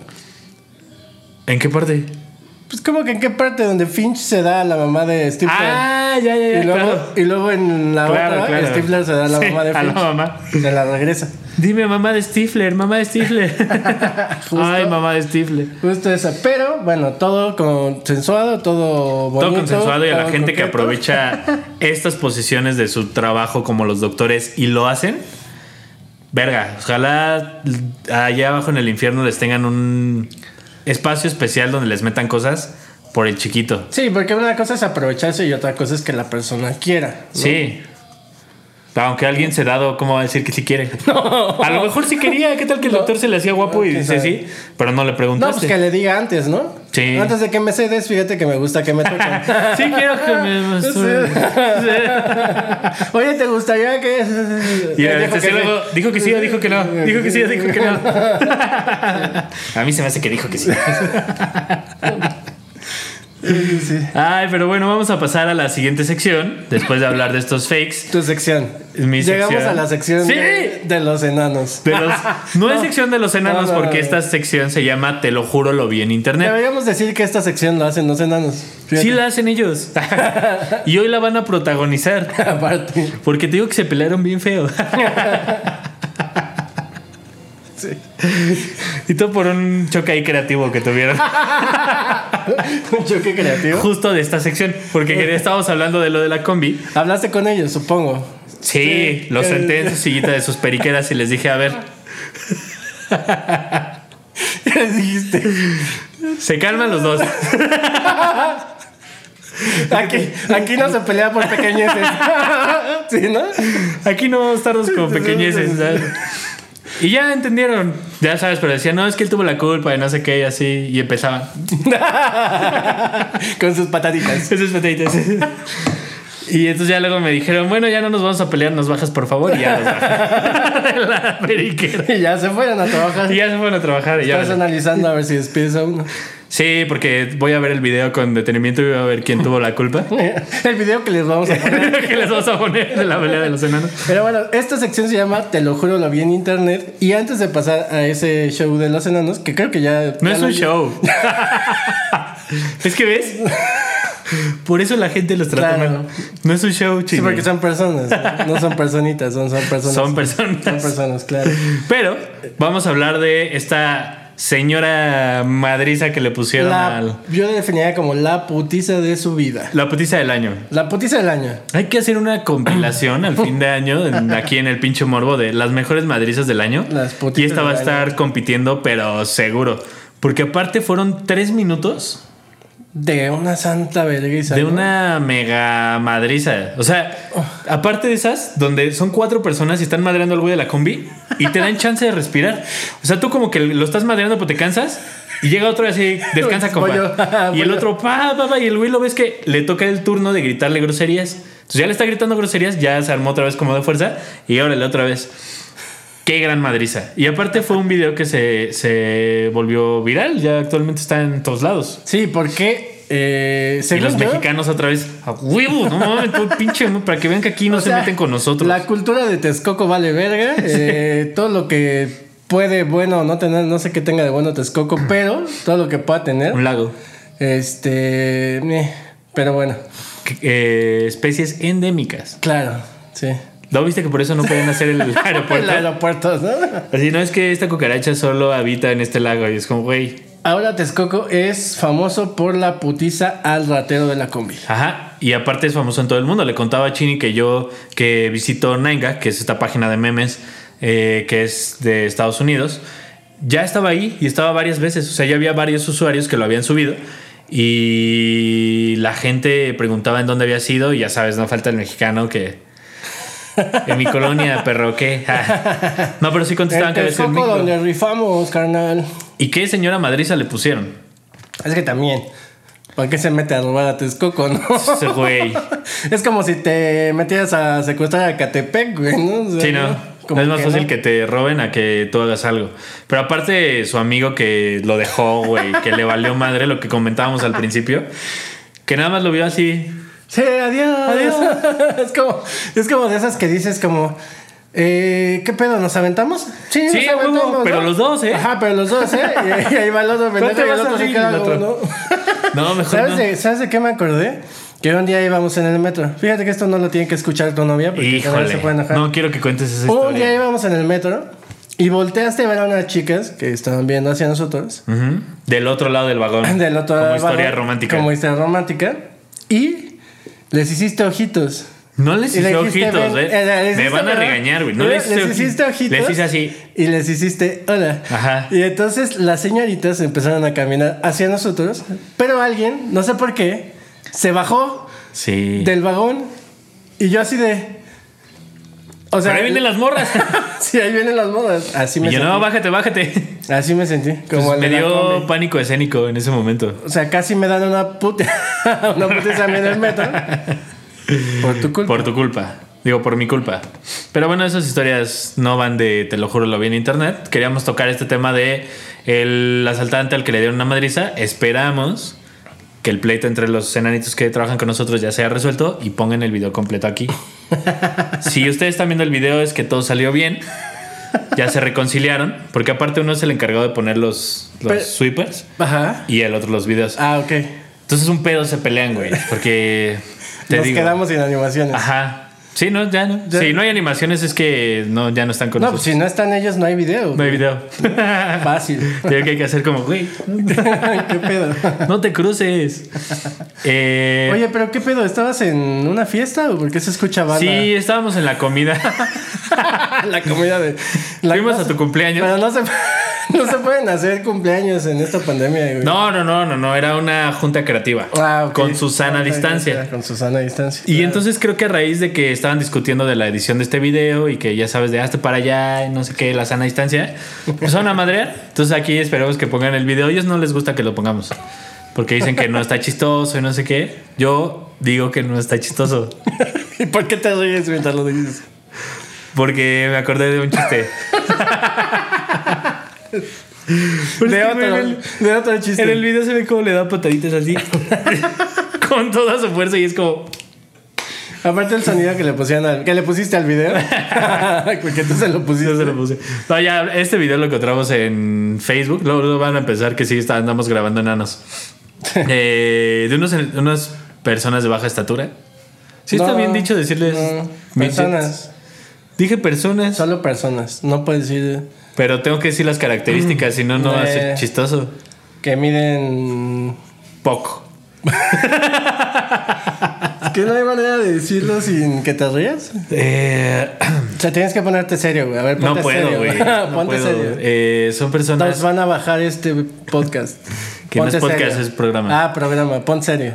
¿En qué parte? Pues como que en qué parte donde Finch se da a la mamá de Stifler. Ah, ya, ya, ya. Y luego, claro. y luego en la claro, otra, claro. Stifler se da a la sí, mamá de Finch. A la mamá. Se la regresa. Dime, mamá de Stifler, mamá de Stifler. Ay, mamá de Stifler. Justo esa. Pero, bueno, todo consensuado, todo bonito. Todo consensuado y a la gente coqueto. que aprovecha estas posiciones de su trabajo como los doctores y lo hacen. Verga, ojalá allá abajo en el infierno les tengan un espacio especial donde les metan cosas por el chiquito. Sí, porque una cosa es aprovecharse y otra cosa es que la persona quiera, ¿no? Sí. Aunque alguien se ha dado, ¿cómo va a decir que sí quiere? No. A lo mejor sí quería. ¿Qué tal que el doctor se le hacía guapo y dice sí? Pero no le preguntaste. No, pues que le diga antes, ¿no? Sí. Antes de que me cedes, fíjate que me gusta que me toquen. Sí, quiero que me masturbe. Sí. Oye, ¿te gustaría que...? Y el anestesiólogo dijo que sí o dijo que no. Dijo que sí o dijo que no. A mí se me hace que dijo que sí. Sí, sí. Ay, pero bueno, vamos a pasar a la siguiente sección. Después de hablar de estos fakes. Tu sección. Mi Llegamos sección. a la sección ¿Sí? de, de los enanos. De los, no, no es sección de los enanos, no, no, porque no. esta sección se llama Te lo juro, lo vi en internet. Deberíamos decir que esta sección la hacen los enanos. Fíjate. Sí la hacen ellos. Y hoy la van a protagonizar. Aparte. Porque te digo que se pelearon bien feo. Sí. Y todo por un choque ahí creativo que tuvieron. Un choque creativo. Justo de esta sección. Porque estábamos hablando de lo de la combi. Hablaste con ellos, supongo. Sí, Sí. los senté en su sillita de sus periqueras y les dije, a ver. ¿Qué les dijiste? Se calman los dos. Aquí, aquí no se pelea por pequeñeces. ¿Sí, no? Aquí no vamos a estarnos como pequeñeces, ¿sabes? Y ya entendieron, ya sabes, pero decían, no, es que él tuvo la culpa y no sé qué, y así, y empezaban. Con sus pataditas. Esas pataditas. Y entonces ya luego me dijeron, bueno, ya no nos vamos a pelear, nos bajas por favor, y ya nos bajan de la periquera. Y ya se fueron a trabajar. Y ya se fueron a trabajar. Y ya Estás me... analizando a ver si despides a uno. Sí, porque voy a ver el video con detenimiento y voy a ver quién tuvo la culpa. El video que les vamos a poner. Que les vamos a poner de la pelea de los enanos. Pero bueno, esta sección se llama Te lo juro, lo vi en internet. Y antes de pasar a ese show de los enanos, que creo que ya... No ya es lo- un show. Es que ves, por eso la gente los trata Claro. mal. No es un show, Sí, chino. porque son personas. No son personitas, son, son personas. Son personas. Son personas, claro. Pero vamos a hablar de esta señora madriza que le pusieron La, al... yo la definiría como la putiza de su vida. La putiza del año. La putiza del año. Hay que hacer una compilación al fin de año en- aquí en el pinche morbo de las mejores madrizas del año. Las putizas Y esta va a del estar año. compitiendo, pero seguro. Porque aparte fueron tres minutos de una santa vergüenza. de ¿no? una mega madriza. O sea, aparte de esas, donde son cuatro personas y están madreando al güey de la combi y te dan chance de respirar. O sea, tú como que lo estás madreando pero te cansas y llega otro y así, descansa, compa. Y el otro, pa, pa, pa, y el güey lo ves que le toca el turno de gritarle groserías. Entonces ya le está gritando groserías, ya se armó otra vez como de fuerza y órale otra vez. Qué gran madriza. Y aparte fue un video que se, se volvió viral. Ya actualmente está en todos lados. Sí, porque eh, y los yo, mexicanos otra vez a huevo, no mames, todo pinche, ¿no? Para que vean que aquí no se sea, meten con nosotros. La cultura de Texcoco vale verga. eh, todo lo que puede, bueno, no tener, no sé qué tenga de bueno Texcoco, pero todo lo que pueda tener. Un lago. Este, eh, pero bueno. Eh, especies endémicas. Claro, sí. ¿No viste que por eso no pueden hacer el aeropuerto? El aeropuerto, ¿no? Así, no es que esta cucaracha solo habita en este lago y es como, güey. Ahora Texcoco es famoso por la putiza al ratero de la combi. Ajá, y aparte es famoso en todo el mundo. Le contaba a Chini que yo que visito Nainga, que es esta página de memes eh, que es de Estados Unidos, ya estaba ahí y estaba varias veces. O sea, ya había varios usuarios que lo habían subido y la gente preguntaba en dónde había sido y ya sabes, no falta el mexicano que... En mi colonia, perro, ¿qué? Ah. No, pero sí contestaban que a veces. En Texcoco donde rifamos, carnal. ¿Y qué señora madriza le pusieron? Es que también. ¿Por qué se mete a robar a Texcoco, no? Ese güey. Es como si te metieras a secuestrar a Catepec, güey, ¿no? O sea, sí, no. ¿no? Es más que fácil no. que te roben a que tú hagas algo. Pero aparte, su amigo que lo dejó, güey, que le valió madre lo que comentábamos al principio, que nada más lo vio así. Sí, adiós. Adiós. es como, es como de esas que dices como, eh, ¿qué pedo? ¿Nos aventamos? Sí, sí, nos aventamos, huevo, pero ¿no? los dos, ¿eh? Ajá, pero los dos, ¿eh? Y, y ahí va el otro pendejo y el otro se queda como, ¿no? No, mejor ¿Sabes, no. de, ¿Sabes de qué me acordé? Que un día íbamos en el metro. Fíjate que esto no lo tiene que escuchar tu novia porque Híjole, se puede enojar. no quiero que cuentes esa Un historia. día íbamos en el metro y volteaste a ver a unas chicas que estaban viendo hacia nosotros. Uh-huh. Del otro lado del vagón. Del otro lado Como del historia vagón, romántica. Como historia romántica. Y les hiciste ojitos. No les Y hice le dijiste, ojitos, ven, ¿eh? eh, les Me hiciste, van a ¿verdad? regañar, güey. No les, les hice hiciste oji- ojitos. Les hice así. Y les hiciste hola. Ajá. Y entonces las señoritas empezaron a caminar hacia nosotros. Pero alguien, no sé por qué, se bajó Sí. del vagón. Y yo así de... O sea, Pero ahí vienen las morras. sí, ahí vienen las modas. Así me Y yo, sentí. no, bájate, bájate. Así me sentí. Como Pues el me de la dio combi. pánico escénico en ese momento. O sea, casi me dan una puta. Una putiza a mí en el metro. Por tu culpa. Por tu culpa. Digo, por mi culpa. Pero bueno, esas historias no van de te lo juro, lo vi en internet. Queríamos tocar este tema de el asaltante al que le dieron una madriza. Esperamos que el pleito entre los enanitos que trabajan con nosotros ya sea resuelto y pongan el video completo aquí. Si ustedes están viendo el video es que todo salió bien. Ya se reconciliaron. Porque aparte uno es el encargado de poner los, los Pero- sweepers Ajá. y el otro los videos. Ah, ok. Entonces un pedo se pelean, güey. Porque te Nos digo. quedamos sin animaciones. Ajá. Sí, no, ya no. Ya. Si no hay animaciones es que no, ya no están con No, pues nosotros. si no están ellos, no hay video. No hay video. Fácil. Tiene que hay que hacer como, güey, ¿Qué pedo? no te cruces. Eh, Oye, pero ¿qué pedo? ¿Estabas en una fiesta o por qué se escucha banda? sí, estábamos en la comida. La comida de... La Fuimos no a se- tu cumpleaños. Pero no se, no se pueden hacer cumpleaños en esta pandemia, güey. No, no, no, no, no. Era una junta creativa. Ah, ok. Con Susana a distancia. Con Susana a distancia. Y Claro. entonces creo que a raíz de que estaban discutiendo de la edición de este video y que ya sabes de hazte para allá y no sé qué, la sana distancia, empezaron a madrear. Entonces aquí esperemos que pongan el video. A ellos no les gusta que lo pongamos porque dicen que no está chistoso y no sé qué. Yo digo que no está chistoso ¿Y por qué te ríes mientras lo dices? porque me acordé de un chiste. De otro, de otro chiste. En el video se ve cómo le da pataditas así con toda su fuerza y es como... Aparte el sonido que le pusieron al, que le pusiste al video. Porque tú se lo pusiste. Yo se lo puse. No, ya, este video lo encontramos en Facebook. Luego, luego van a empezar que sí está, andamos grabando enanos. Eh, de unos, unas personas de baja estatura. Sí está No, bien dicho decirles... no, midgets. personas. Dije personas. Solo personas. No puedes decir Pero tengo que decir las características, si no, no va a ser Eh. que miden. poco. Es ¿Que no hay manera de decirlo sin que te rías? Eh, O sea, tienes que ponerte serio, güey. A ver, ponte no puedo, serio. güey. No Ponte puedo. serio. Eh, son personas Nos van a bajar este podcast. que no Ponte es podcast, serio. es programa. Ah, programa. Pon serio.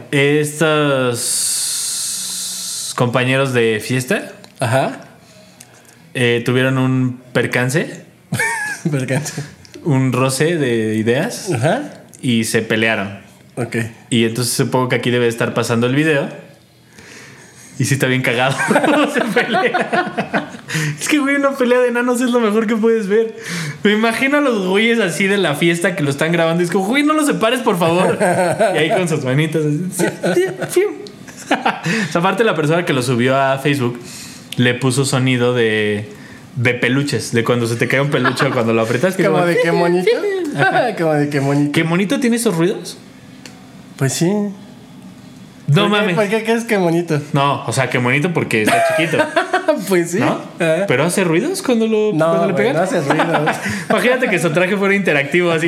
Estos compañeros de fiesta Ajá. eh, tuvieron un percance, Percance. un roce de ideas Ajá. y se pelearon. Ok. Y entonces supongo que aquí debe estar pasando el video. Y sí está bien cagado cómo se pelea. Es que, güey, una pelea de enanos es lo mejor que puedes ver. Me imagino a los güeyes así de la fiesta que lo están grabando. Y es como, güey, no los separes, por favor. Y ahí con sus manitas así. O sea, aparte la persona que lo subió a Facebook le puso sonido de, de peluches. De cuando se te cae un peluche o cuando lo apretas. Que ¿Como como, de qué monito? ¿Como de qué monito? ¿qué monito tiene esos ruidos? Pues sí. No ¿Por qué- mames. ¿Por qué crees que monito? No, o sea, qué bonito porque está chiquito. Pues sí. ¿No? Ah. Pero hace ruidos cuando lo No, cuando le güey, pegan. no hace ruido. Imagínate que su traje fuera interactivo así.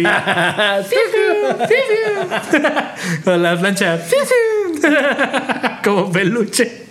Con la plancha. Como peluche.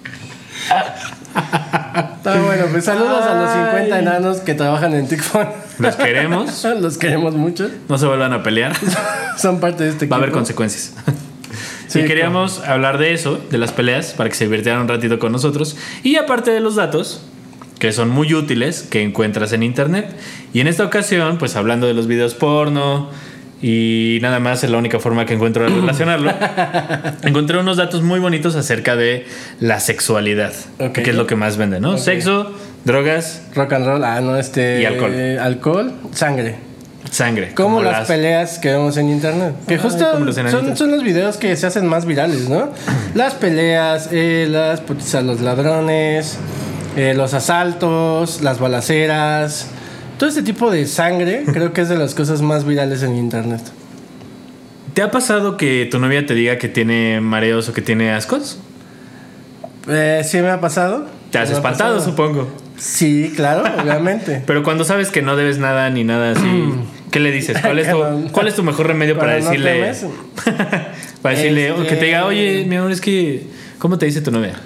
Está bueno, pues saludos a los cincuenta enanos que trabajan en TikTok. Los queremos. Los queremos mucho. No se vuelvan a pelear. Son parte de este equipo. Va a haber consecuencias. Sí, y queríamos hablar de eso, de las peleas, para que se divirtieran un ratito con nosotros. Y aparte de los datos, que son muy útiles, que encuentras en internet. Y en esta ocasión, pues hablando de los videos porno y nada más, es la única forma que encuentro de relacionarlo. Encontré unos datos muy bonitos acerca de la sexualidad, Ok. que es lo que más vende, ¿no? Ok. Sexo, drogas, Rock and roll, ah, no, este. Y alcohol. eh, alcohol, sangre. sangre. Como, las, las peleas que vemos en internet. Que Ay, justo como los son, enanitos. son los videos que se hacen más virales, ¿no? Las peleas, eh, las putizas a los ladrones, eh, los asaltos, las balaceras. Todo este tipo de sangre creo que es de las cosas más virales en internet. ¿Te ha pasado que tu novia te diga que tiene mareos o que tiene ascos? Eh, sí me ha pasado. Te has Me ha espantado, pasado. supongo. Sí, claro, obviamente. Pero cuando sabes que no debes nada ni nada así, ¿qué le dices? ¿Cuál es tu, cuál es tu mejor remedio para Pero no decirle? temes. Para decirle, o Este- que te diga, oye, mi amor, es que, ¿cómo te dice tu novia?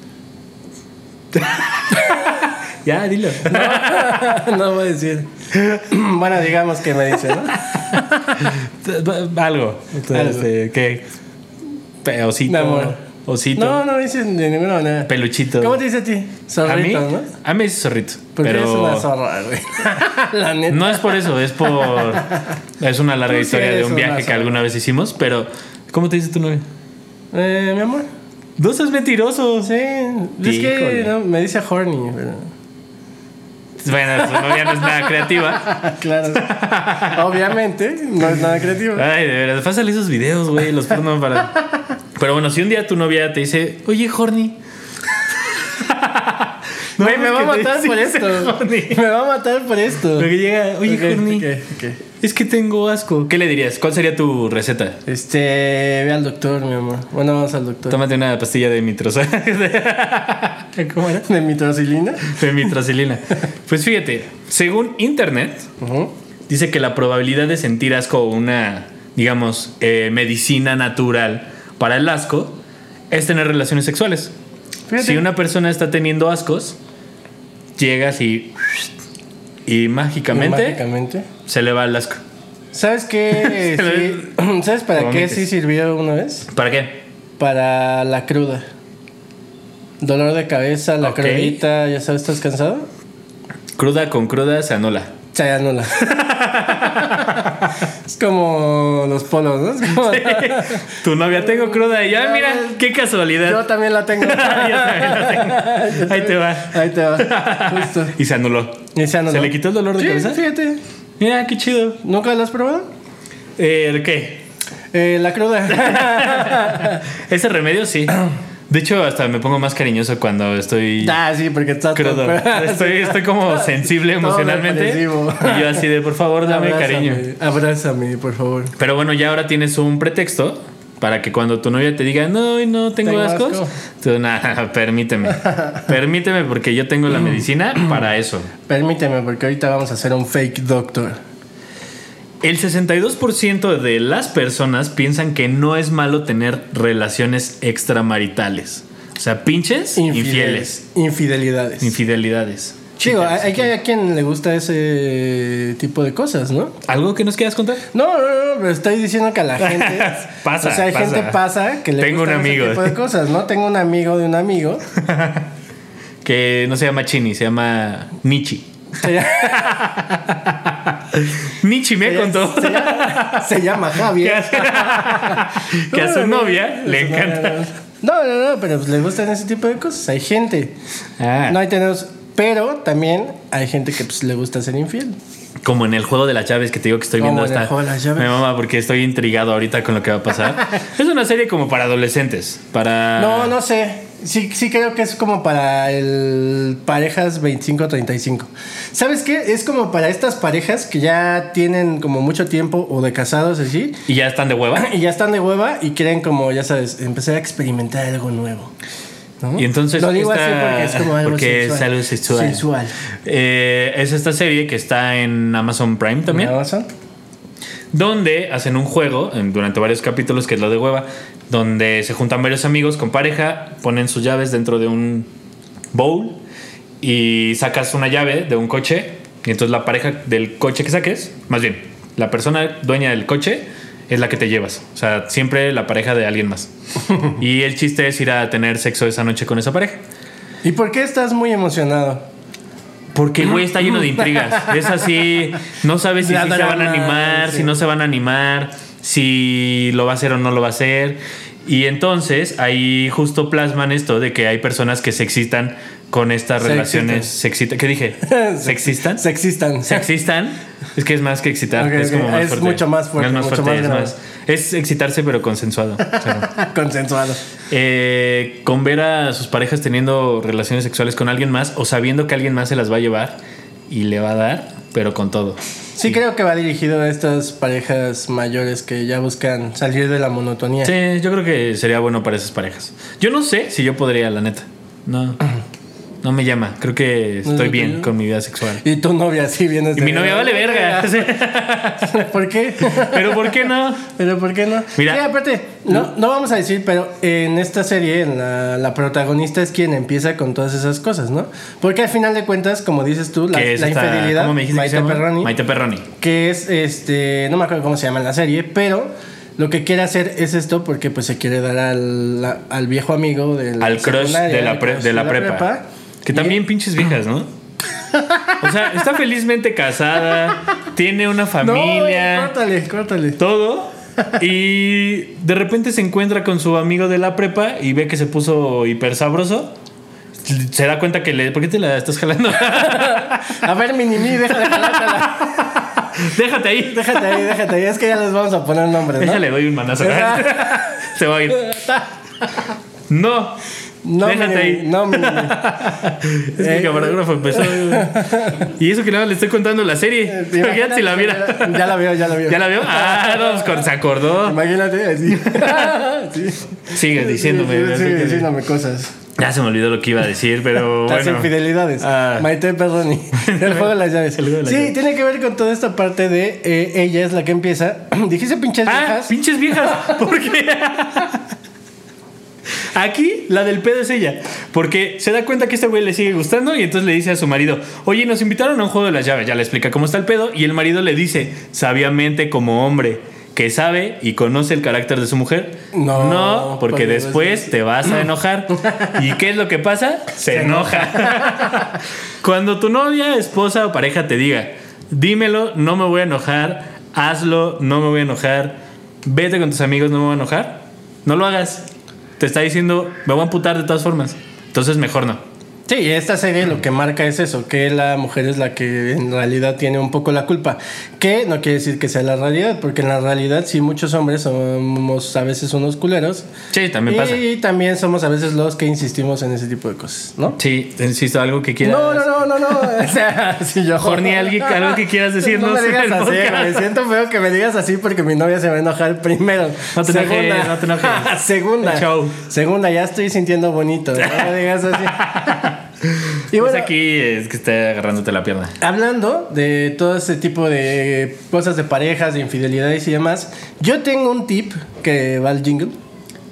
Ya, dilo. No voy a decir. Bueno, digamos que me dice, ¿no? Algo. Este, ¿qué? Pe- Osito. Mi amor. Osito. No, no me dice de ninguna manera. Peluchito. ¿Cómo te dice a ti? a mí, Zorrito, ¿no? a mí me dice zorrito. Porque pero eres una zorra, güey. La neta. no es por eso, es por. Es una larga Tú sí historia de eres un una viaje que zorra. alguna vez hicimos, pero. ¿Cómo te dice tu novia? Eh, mi amor. No seas mentiroso. Sí. Es que Híjole. no, me dice horny, pero. Bueno, su novia no es nada creativa. Claro. Obviamente, no es nada creativo. Ay, de verdad, pásale esos videos, güey, los porno para. Pero bueno, si un día tu novia te dice, oye, horny. No, Güey, me es va a que te matar por dice esto. horny. Me va a matar por esto. Porque llega, oye, Ok, horny. ok, ok. Es que tengo asco. ¿Qué le dirías? ¿Cuál sería tu receta? Este, ve al doctor, mi amor. Bueno, vamos al doctor. Tómate una pastilla de mitrosa. ¿Cómo era? ¿De mitrocilina? De mitracilina. Pues fíjate, según internet, Ujú. dice que la probabilidad de sentir asco o una, digamos, eh, medicina natural para el asco es tener relaciones sexuales. Fíjate. Si una persona está teniendo ascos, llegas y y mágicamente, Mágicamente. se le va el asco. ¿Sabes qué? Se Sí. ¿Sabes para qué Vomites. sí sirvió una vez? ¿Para qué? Para la cruda. Dolor de cabeza, la Ok. crudita, ya sabes, ¿estás cansado? Cruda con cruda se anula. Se anula. Es como los polos, ¿no? Es como- Tu novia, tengo cruda y ya, mira, qué casualidad. Yo también la tengo. Yo también la tengo. Ahí te va. Ahí te va. Justo. Y se anuló. Y se anuló. ¿Se le quitó el dolor de Sí, cabeza? fíjate. Mira, qué chido. ¿Nunca lo has probado? Eh, ¿Qué? Eh, la cruda. Ese remedio sí. De hecho, hasta me pongo más cariñoso cuando estoy Ah, sí, porque está crudo. todo- Estoy, estoy como sensible Todo emocionalmente. depresivo. Y yo así de, por favor, dame Abrázame, cariño. Abrázame, por favor. Pero bueno, ya ahora tienes un pretexto para que cuando tu novia te diga, no, no tengo, Tengo ascos, asco. tú, nada, permíteme. Permíteme porque yo tengo la medicina para eso. Permíteme, porque ahorita vamos a hacer un fake doctor. El sesenta y dos por ciento de las personas piensan que no es malo tener relaciones extramaritales. sea, pinches infieles. Infidelidades. Infidelidades. Digo, hay, hay a quien le gusta ese tipo de cosas, ¿no? ¿Algo que nos quieras contar? No, no, no, pero estoy diciendo que a la gente pasa, o sea, hay pasa. gente pasa que le Tengo gustan un amigo. ese tipo de cosas, ¿no? Tengo un amigo de un amigo que no se llama Chini, se llama Nichi. Se llama, Nichi me se contó se llama, se llama que Javier. a, que a su novia le encanta. No, no, no, pero pues les gustan ese tipo de cosas. Hay gente. Ah. No hay tenemos, pero también hay gente que pues le gusta ser infiel. Como en el juego de las llaves que te digo que estoy Como viendo en el esta. juego de las llaves. Me mama porque estoy intrigado ahorita con lo que va a pasar. Es una serie como para adolescentes, para No, no sé. Sí, sí creo que es como para el parejas veinticinco a treinta y cinco. ¿Sabes qué? Es como para estas parejas que ya tienen como mucho tiempo o de casados así y ya están de hueva. y ya están de hueva y quieren como, ya sabes, empezar a experimentar algo nuevo. ¿No? Y entonces lo digo esta- así porque es como algo porque sensual. es algo sexual. Sensual. Eh, es esta serie que está en Amazon Prime también, ¿En Amazon? donde hacen un juego en- durante varios capítulos que es lo de hueva, donde se juntan varios amigos con pareja, ponen sus llaves dentro de un bowl y sacas una llave de un coche y entonces la pareja del coche que saques, más bien, la persona dueña del coche es la que te llevas, o sea, siempre la pareja de alguien más. Y el chiste es ir a tener sexo esa noche con esa pareja. ¿Y por qué estás muy emocionado? Porque, güey, está lleno de intrigas. Es así, no sabes si La sí se van a drama, animar, sí. si no se van a animar, si lo va a hacer o no lo va a hacer. Y entonces ahí justo plasman esto de que hay personas que se excitan con estas Se relaciones. Se excita, ¿qué dije? ¿Se excitan? Sexistan. ¿Se excitan? Es que es más que excitar. Ok, es ok. como más Es fuerte. mucho más fuerte, Es más mucho fuerte, más es grave. más- es excitarse pero consensuado. O sea, Consensuado. eh, con ver a sus parejas teniendo relaciones sexuales con alguien más o sabiendo que alguien más se las va a llevar y le va a dar, pero con todo. Sí, creo que va dirigido a estas parejas mayores que ya buscan salir de la monotonía. Sí, yo creo que sería bueno para esas parejas. Yo no sé si yo podría, la neta. No, no me llama. Creo que ¿No es estoy lo bien tuyo? con mi vida sexual. Y tu novia sí vienes Y mi novia vale verga. ¿Por qué? Pero ¿por qué no? ¿Pero por qué no? Mira. Sí, aparte, no, no vamos a decir, pero en esta serie en la, la protagonista es quien empieza con todas esas cosas, ¿no? Porque al final de cuentas, como dices tú, la, ¿Qué es la esta- infidelidad, ¿Cómo me dijiste que se Maite llama? Perroni, Maite Perroni. que es, este, no me acuerdo cómo se llama en la serie, pero lo que quiere hacer es esto porque pues se quiere dar al, la- al viejo amigo de la Al crush secundaria, de la, al pre- crush de la prepa. Que Y- también pinches viejas, ¿no? O sea, está felizmente casada, tiene una familia. No, córtale, córtale. Todo. Y de repente se encuentra con su amigo de la prepa y ve que se puso hiper sabroso. Se da cuenta que le... ¿Por qué te la estás jalando? A ver, Minimi, deja de jalártela. Déjate ahí. Déjate ahí, déjate ahí. Es que ya les vamos a poner nombres, ¿no? Déjale, doy un manazo. Se va a ir. No. No, Déjate Minimi, ahí. no, Minimi. Es que Eh, el camarógrafo empezó. Y eso que nada, le estoy contando la serie. Imagínate si la viera. Ya la veo, ya la veo. ¿Ya la vio? Ah, no, pues, con- se acordó. Imagínate, así. Sí. Sigue diciéndome. Sí, sí, sí, diciéndome cosas. Ya se me olvidó lo que iba a decir, pero Las bueno. infidelidades. Ah. Maite Perroni. El juego de las llaves. El juego de las Sí, llaves. tiene que ver con toda esta parte de eh, ella es la que empieza. Dijiste pinches Ah, viejas. pinches viejas. ¿Por qué? Aquí la del pedo es ella. Porque se da cuenta que este güey le sigue gustando y entonces le dice a su marido: oye, nos invitaron a un juego de las llaves. Ya le explica cómo está el pedo. Y el marido le dice, sabiamente como hombre, que sabe y conoce el carácter de su mujer. No, No, porque porque después te vas a enojar. ¿Y qué es lo que pasa? Se enoja. Cuando tu novia, esposa o pareja te diga: dímelo, no me voy a enojar. Hazlo, no me voy a enojar. Vete con tus amigos, no me voy a enojar. No lo hagas. Te está diciendo, me voy a amputar de todas formas. Entonces mejor no. Sí, esta serie lo que marca es eso, que la mujer es la que en realidad tiene un poco la culpa. Que no quiere decir que sea la realidad, porque en la realidad sí muchos hombres somos a veces unos culeros. Sí, también y pasa. también somos a veces los que insistimos en ese tipo de cosas, ¿no? Sí, te insisto, algo que quieras. No, no, no, no, no. O sea, si yo... Horny, alguien- algo que quieras decirnos No me digas en el así, podcast. me siento feo que me digas así porque mi novia se va a enojar primero. No te enojes, no te enojes. Segunda. Chau. Segunda, ya estoy sintiendo bonito. No me digas así. Y Pues bueno, aquí es que está agarrándote la pierna. hablando de todo ese tipo de cosas de parejas, de infidelidades y demás, yo tengo un tip que va al jingle.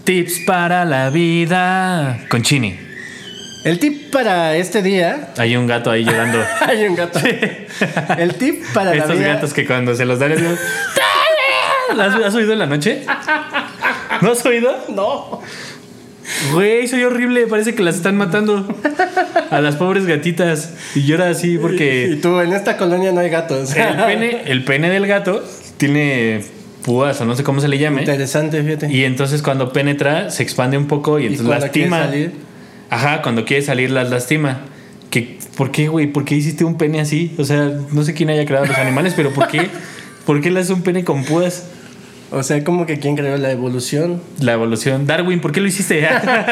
Tips para la vida. Con Chini. El tip para este día. Hay un gato ahí llegando. Hay un gato. El tip para la Estos vida. gatos que cuando se los dan. Es... ¿Has, ¿Has oído en la noche? ¿No has oído? No. Güey, soy horrible. Parece que las están matando. A las pobres gatitas. Y llora así porque. Y tú, en esta colonia no hay gatos. El pene, el pene del gato tiene púas o no sé cómo se le llame. Interesante, fíjate. Y entonces cuando penetra se expande un poco y entonces ¿Y cuando lastima. quiere salir? Ajá, cuando quiere salir las lastima. ¿Qué, ¿Por qué, güey? ¿Por qué hiciste un pene así? O sea, no sé quién haya creado los animales, pero ¿por qué? ¿Por qué le hace un pene con púas? O sea, como que quién creó la evolución. La evolución. Darwin, ¿por qué lo hiciste?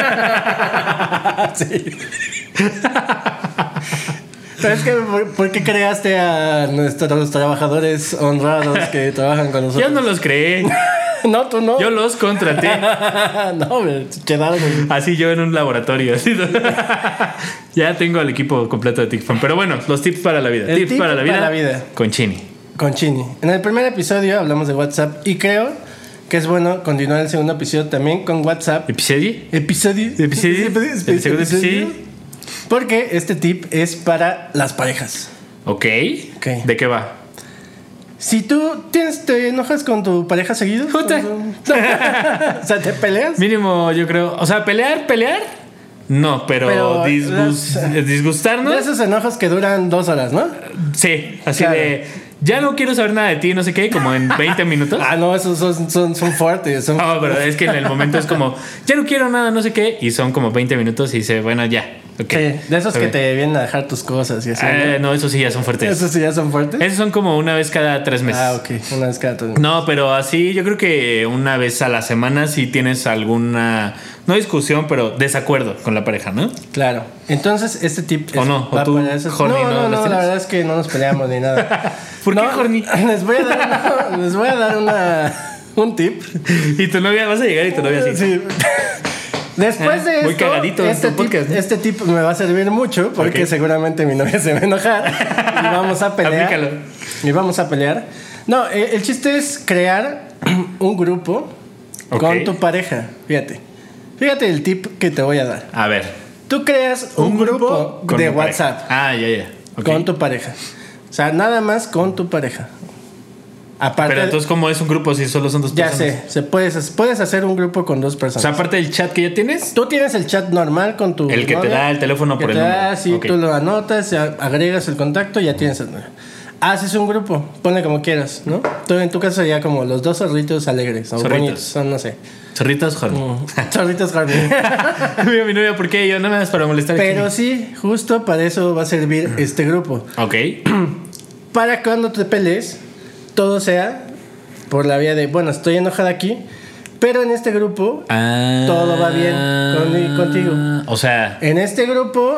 Sí. ¿Sabes qué? ¿Por, ¿Por qué creaste a nuestros trabajadores honrados que trabajan con nosotros? Yo no los creé. No, tú no. Yo los contraté. No, me quedaron. Así yo en un laboratorio. Así. Ya tengo al equipo completo de TikFan. Pero bueno, los tips para la vida. El Tips tip para la vida. para la vida. Con Chini. Con Chini. En el primer episodio hablamos de WhatsApp y creo que es bueno continuar el segundo episodio también con WhatsApp. ¿Episodio? Episodio. ¿Episodio? ¿El segundo episodio? Porque este tip es para las parejas. Ok. Ok. ¿De qué va? Si tú tienes, te enojas con tu pareja seguido. Puta. O sea, ¿te peleas? Mínimo, yo creo. O sea, pelear, pelear. No, pero, Pero, disgus- las- disgustarnos. De esos enojos que duran dos horas, ¿no? Sí, así Claro. de. Ya no quiero saber nada de ti, no sé qué, como en veinte minutos. Ah, no, esos son, son, son fuertes. Son... No, pero es que en el momento es como, ya no quiero nada, no sé qué, y son como veinte minutos y dice, bueno, ya. Okay. Sí, de esos Ok. que te vienen a dejar tus cosas y así. Eh, ¿no? no, esos sí ya son fuertes. Esos sí ya son fuertes. Esos son como una vez cada tres meses. Ah, ok. Una vez cada tres. No, pero así yo creo que una vez a la semana sí tienes alguna, no discusión, pero desacuerdo con la pareja, ¿no? Claro. Entonces, este tip ¿O no? ¿O va tú, para esos- horny, No, no no, las no, tienes? la verdad es que no nos peleamos ni nada. ¿Por qué No, horny? Les voy a dar, una- les voy a dar una, un tip. Y tu novia, vas a llegar y tu novia así. Sí. Después de Ah, esto, muy cagadito este, tu tip, podcast, ¿no? este tip me va a servir mucho porque Ok. seguramente mi novia se va a enojar y vamos a pelear. Aplícalo. Y vamos a pelear. No, eh, el chiste es crear un grupo Ok. con tu pareja. Fíjate. Fíjate el tip que te voy a dar. A ver. Tú creas un, grupo, con de tu pareja. WhatsApp Ah, ya, ya. Ok. con tu pareja. O sea, nada más con tu pareja. Aparte, Pero entonces, ¿cómo es un grupo si solo son dos ya personas? sé, se puedes, puedes hacer un grupo con dos O personas. sea, aparte del chat que ya tienes, Tú tienes el chat normal con tu El que te novia, da el teléfono que por el te número. da, sí, Ok. tú lo anotas, ya agregas el contacto y ya tienes el número. Haces un grupo, ponle como quieras, ¿no? Tú en tu caso sería como los dos zorritos alegres o Zorritos. bonitos, son, no sé. zorritos, horny. Zorritos Harvey. Mira, mi novia, ¿por qué? Yo no me das para molestar. Pero sí, justo para eso va a servir este grupo. Ok. Para cuando te pelees, todo sea por la vía de, bueno, estoy enojada aquí, pero en este grupo Ah, todo va bien con- contigo. O sea, En este grupo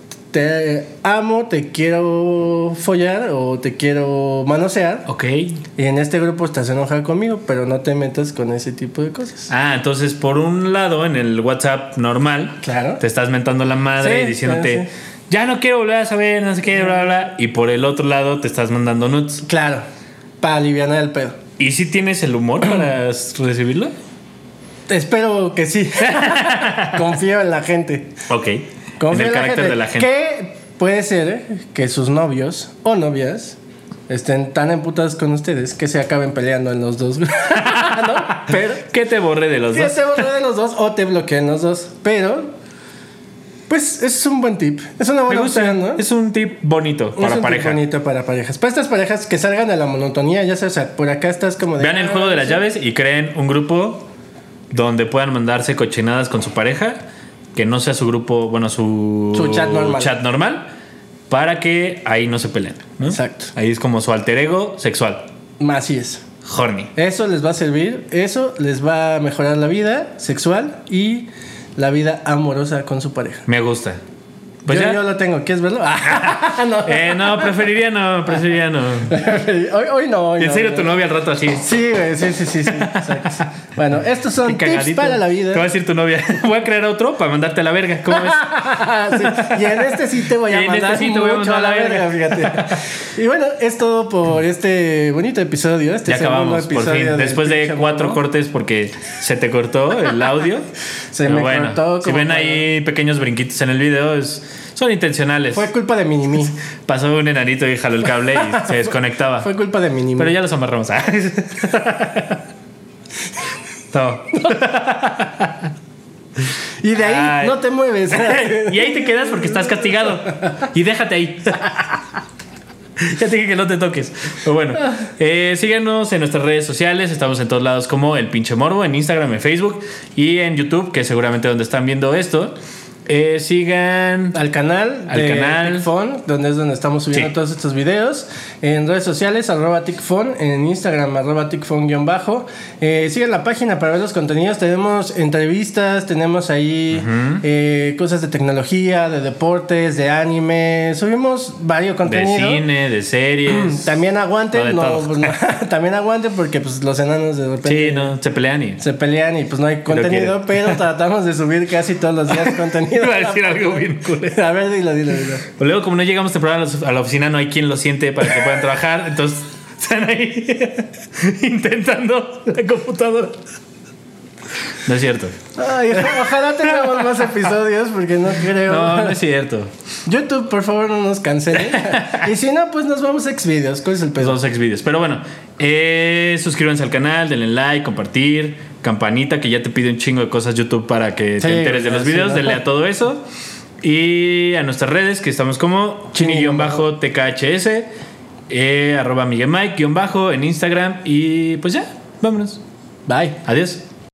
te amo, te quiero follar o te quiero manosear. ok. Y en este grupo estás enojado conmigo, pero no te metas con ese tipo de cosas. Ah, entonces por un lado en el WhatsApp normal, Claro. te estás mentando la madre Sí, y diciéndote, claro, sí. ya no quiero volver a saber, no sé qué, bla, bla, bla. Y por el otro lado te estás mandando nudes. Claro, para aliviar el pedo. ¿Y si tienes el humor para recibirlo? Espero que sí. Confío en la gente. Ok. Confío en el la carácter gente. de la gente. Que puede ser que sus novios o novias estén tan emputados con ustedes que se acaben peleando en los dos. ¿No? Pero Que te borre de los que dos. se borre de los dos o te bloqueen los dos. Pero, pues, es un buen tip. Es una Me buena gusta. opción, ¿no? Es un tip bonito Es para un tip pareja. bonito para parejas. Para estas parejas que salgan de la monotonía, ya sabes, o sea, por acá estás como de. Vean el "Ah, juego de las sí". llaves y creen un grupo donde puedan mandarse cochinadas con su pareja, que no sea su grupo, bueno, su, Su chat normal. chat normal, para que ahí no se peleen, ¿no? Exacto. Ahí es como su alter ego sexual. Así es. Horny. Eso les va a servir, eso les va a mejorar la vida sexual y la vida amorosa con su pareja. Me gusta. Pues yo, ya. yo lo tengo, ¿quieres verlo? no. Eh, no, preferiría no, preferiría no. hoy, hoy no, hoy ¿En no, serio no. tu novia al rato así? Sí, güey, sí, sí, sí, sí, exacto, sí. Bueno, estos son tips para la vida. Te va a decir tu novia, voy a crear otro para mandarte a la verga, ¿cómo ves? Sí, y en este sí te voy a Y en mandar este sí te voy a mucho mandar a la verga, fíjate. Y bueno, es todo por este bonito episodio. Este Ya acabamos, por fin. Después de cuatro Morbo. cortes porque se te cortó el audio. Se Pero me bueno, cortó si como ven para- ahí pequeños brinquitos en el video, es, son intencionales. Fue culpa de Minimi. Pasó un enanito y jaló el cable y se desconectaba. Fue culpa de Minimi. Pero ya los amarramos. No. Y de ahí Ay. no te mueves. Y ahí te quedas porque estás castigado. Y déjate ahí. Ya te dije que no te toques. Pero bueno, eh, síganos en nuestras redes sociales. Estamos en todos lados como El Pinche Morbo, en Instagram, en Facebook y en YouTube, que es seguramente donde están viendo esto. Eh, sigan Al canal Al de canal. TicFon, donde es donde estamos subiendo Sí. todos estos videos. En redes sociales, arroba TicFon. En Instagram, arroba TicFon-bajo. Eh, sigan la página para ver los contenidos. Tenemos entrevistas, tenemos ahí Ujú. eh, cosas de tecnología, de deportes, de anime. Subimos varios de contenidos. cine, de series. También No, aguanten, de no, todo. pues no, también aguanten porque pues los enanos de repente Sí, no, se pelean y. se pelean y pues no hay contenido, pero tratamos de subir casi todos los días contenido. Iba a decir algo bien culero. A ver, dilo, dilo, dilo. O luego, como no llegamos temprano a la- a la oficina, no hay quien lo siente para que puedan trabajar. Entonces, están ahí intentando la computadora. No es cierto. Ay, oja- ojalá tengamos más episodios porque no creo. No, no es cierto. YouTube, por favor, no nos cancelen. Y si no, pues nos vamos a Xvideos. ¿Cuál es el Los pedo? dos ex videos. Pero bueno, eh, suscríbanse al canal, denle like, compartir, campanita, que ya te pide un chingo de cosas YouTube para que Sí, te enteres de los sí, videos. ¿no? Denle a todo eso. Y a nuestras redes, que estamos como chini-T K H S, eh, arroba Miguel Mike, guión bajo en Instagram. Y pues ya, vámonos. Bye. Adiós.